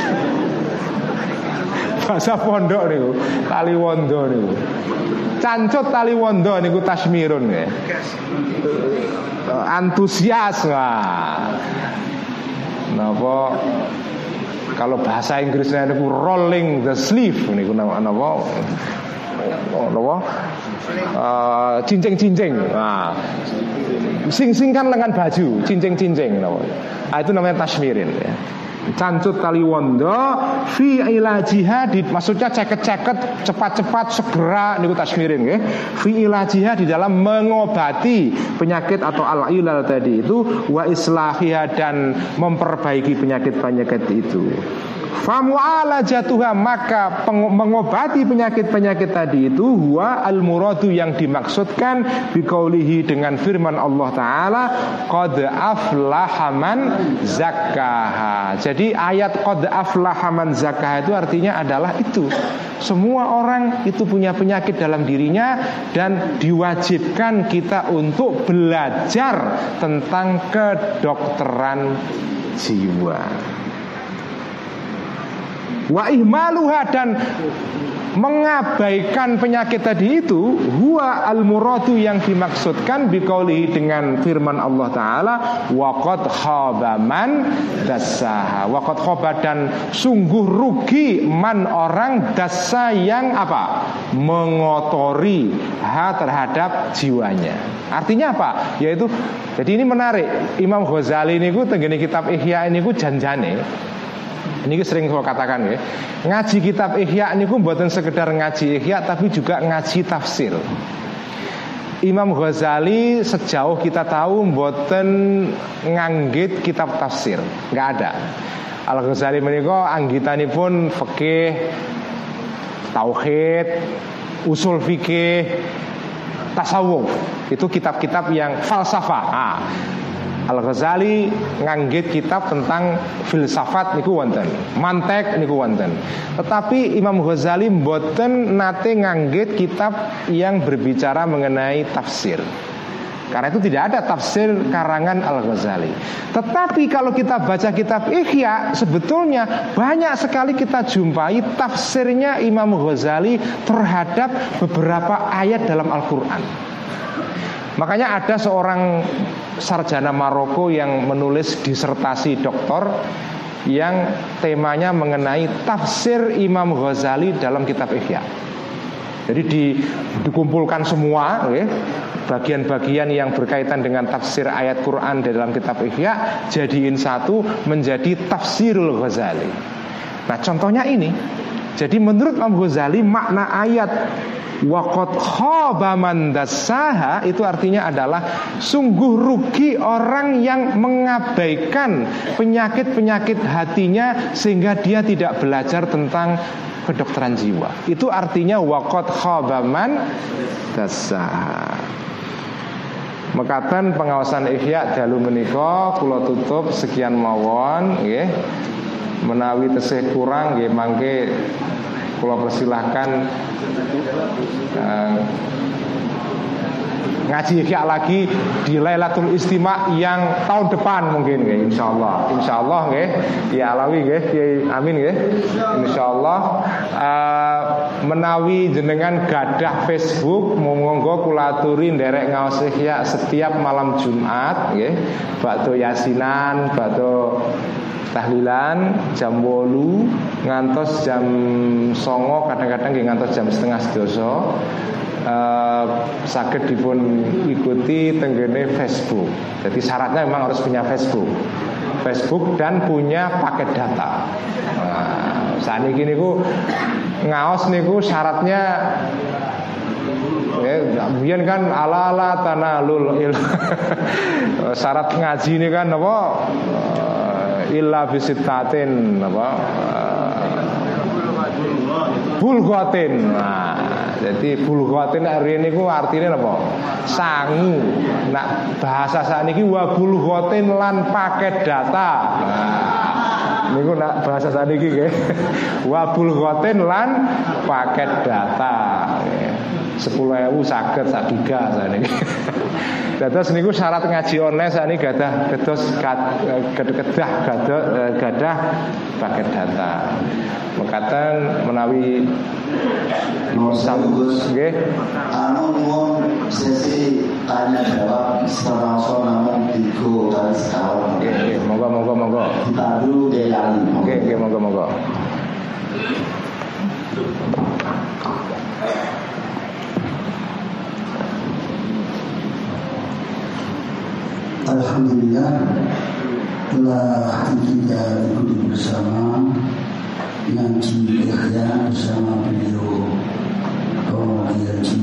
Bahasa pondok niku, tali wondo niku. Cancut tali wondo niku tasmirun ya. Antusias lah. Napa kalau bahasa Inggrisnya niku rolling the sleeve niku napa? Napa? Cincing-cincing. Nah, sing-singkan lengan baju, cincing-cincing napa. Itu namanya tasmirin ya. Cancut tali wondo fi ilajiha, maksudnya ceket-ceket, cepat-cepat, segera niku tasmirin nggih. Fi ilajiha, di dalam mengobati penyakit atau al-ilal tadi itu, wa islahiha, dan memperbaiki penyakit-penyakit itu. Famu'alajatuha, maka mengobati penyakit-penyakit tadi itu, huwa al-muradu, yang dimaksudkan biqaulihi, dengan firman Allah Ta'ala, qad aflaha man zakkaha. Jadi ayat qad aflaha man zakkaha itu artinya adalah itu, semua orang itu punya penyakit dalam dirinya, dan diwajibkan kita untuk belajar tentang kedokteran jiwa. Wa ihmaluha, dan mengabaikan penyakit tadi itu, huwa al-muradu, yang dimaksudkan biqaulihi, dengan firman Allah Ta'ala, wa qad khaba man dassaha. Wa qad khaba, dan sungguh rugi man, orang, dassa, yang apa? Mengotori terhadap jiwanya. Artinya apa? Yaitu, jadi ini menarik. Imam Ghazali niku tenggene kitab Ihya niku janjane. Ini sering saya katakan ya, ngaji kitab Ihya niku mboten sekedar ngaji Ihya, tapi juga ngaji tafsir. Imam Ghazali sejauh kita tahu mboten nganggit kitab tafsir, nggak ada. Al-Ghazali menika anggitanipun fikih, tauhid, usul fikih, tasawuf. Itu kitab-kitab yang falsafah. Al-Ghazali nganggit kitab tentang filsafat niku wonten, mantek niku wonten. Tetapi Imam Ghazali mboten nate nganggit kitab yang berbicara mengenai tafsir. Karena itu tidak ada tafsir karangan Al-Ghazali. Tetapi kalau kita baca kitab Ihya, sebetulnya banyak sekali kita jumpai tafsirnya Imam Ghazali terhadap beberapa ayat dalam Al-Quran. Makanya ada seorang sarjana Maroko yang menulis disertasi doktor yang temanya mengenai tafsir Imam Ghazali dalam kitab Ihya. Jadi dikumpulkan semua bagian-bagian yang berkaitan dengan tafsir ayat Quran dalam kitab Ihya, jadiin satu menjadi Tafsirul Ghazali. Nah contohnya ini. Jadi menurut Imam Ghazali makna ayat waqad khaba man dassaha itu artinya adalah sungguh rugi orang yang mengabaikan penyakit-penyakit hatinya sehingga dia tidak belajar tentang kedokteran jiwa. Itu artinya waqad khaba man dassaha. Mekaten pengawasan Ihya dalu menika kula tutup sekian mawon nggih. Menawi tesih kurang nggih mangke kula persilahkan ngaji Ihya lagi di Lailatul Istima yang tahun depan mungkin nggih insyaallah. Insyaallah nggih ya Alawi nggih Kiai Amin nggih. Insyaallah menawi jenengan gadah Facebook monggo kula aturi nderek ngaos Ihya setiap malam Jumat nggih. Bakdo yasinan, bakdo tahlilan jam 8 ngantos jam 9, kadang-kadang nggih ngantos jam setengah 12. Saged dipun ikuti tenggene Facebook. Jadi syaratnya memang harus punya Facebook dan punya paket data. Nah, saniki niku ngaos niku syaratnya biyen kan ala tanalul il. Syarat ngaji ini kan apa? Illa bisitatin apa? Bulghatin. Nah, jadi bulghatin hari ini ku artinya apa? Sangu. Nah, bahasa sakniki wa bulghatin lan paket data. Nah, niku nak bahasa sakniki nggih. Wa bulghatin lan paket data. 10.000 saged sak giga sakniki. Dados niku syarat ngaji online sakniki gadah paket data. Mekaten menawi nggih anu nuwun sesi tanya jawab semasa namung 3 kali setahun. Nggih, monggo. Dipandu delali. Nggih, monggo. Alhamdulillah telah kita ikuti bersama ngaji Ihya bersama beliau Prof.